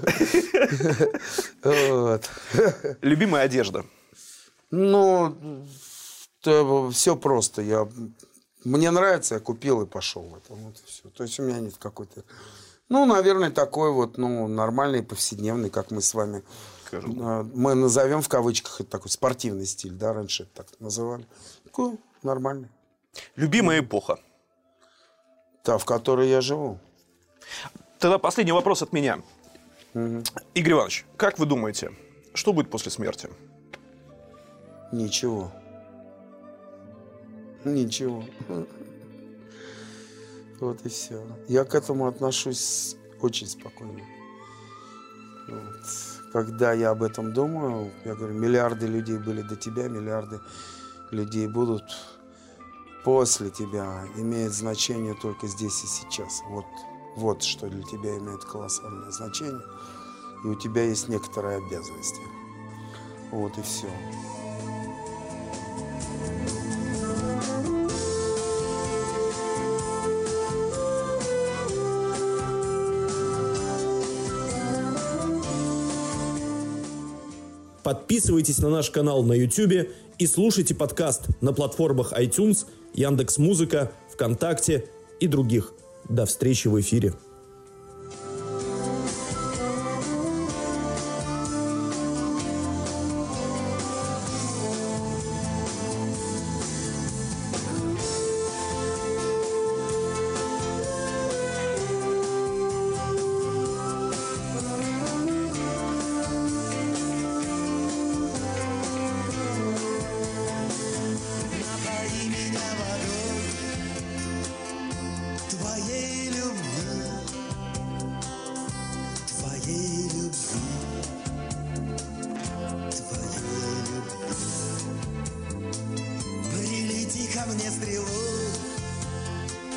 Вот. Любимая одежда? Ну, все просто. Мне нравится, я купил и пошел в это. Вот и все. То есть у меня нет какой-то... Ну, наверное, такой вот, нормальный, повседневный, как мы с вами, мы назовем в кавычках, это такой спортивный стиль, да, раньше это так называли. Такой нормальный. Любимая эпоха? Та, в которой я живу. Тогда последний вопрос от меня. Игорь Иванович, как вы думаете, что будет после смерти? Ничего. Вот и все. Я к этому отношусь очень спокойно. Вот. Когда я об этом думаю, я говорю, миллиарды людей были до тебя, миллиарды людей будут после тебя. Имеет значение только здесь и сейчас. Вот что для тебя имеет колоссальное значение. И у тебя есть некоторые обязанности. Вот и все. Подписывайтесь на наш канал на YouTube и слушайте подкаст на платформах iTunes, Яндекс.Музыка, ВКонтакте и других. До встречи в эфире.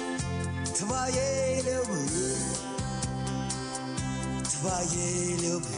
Твоей любви.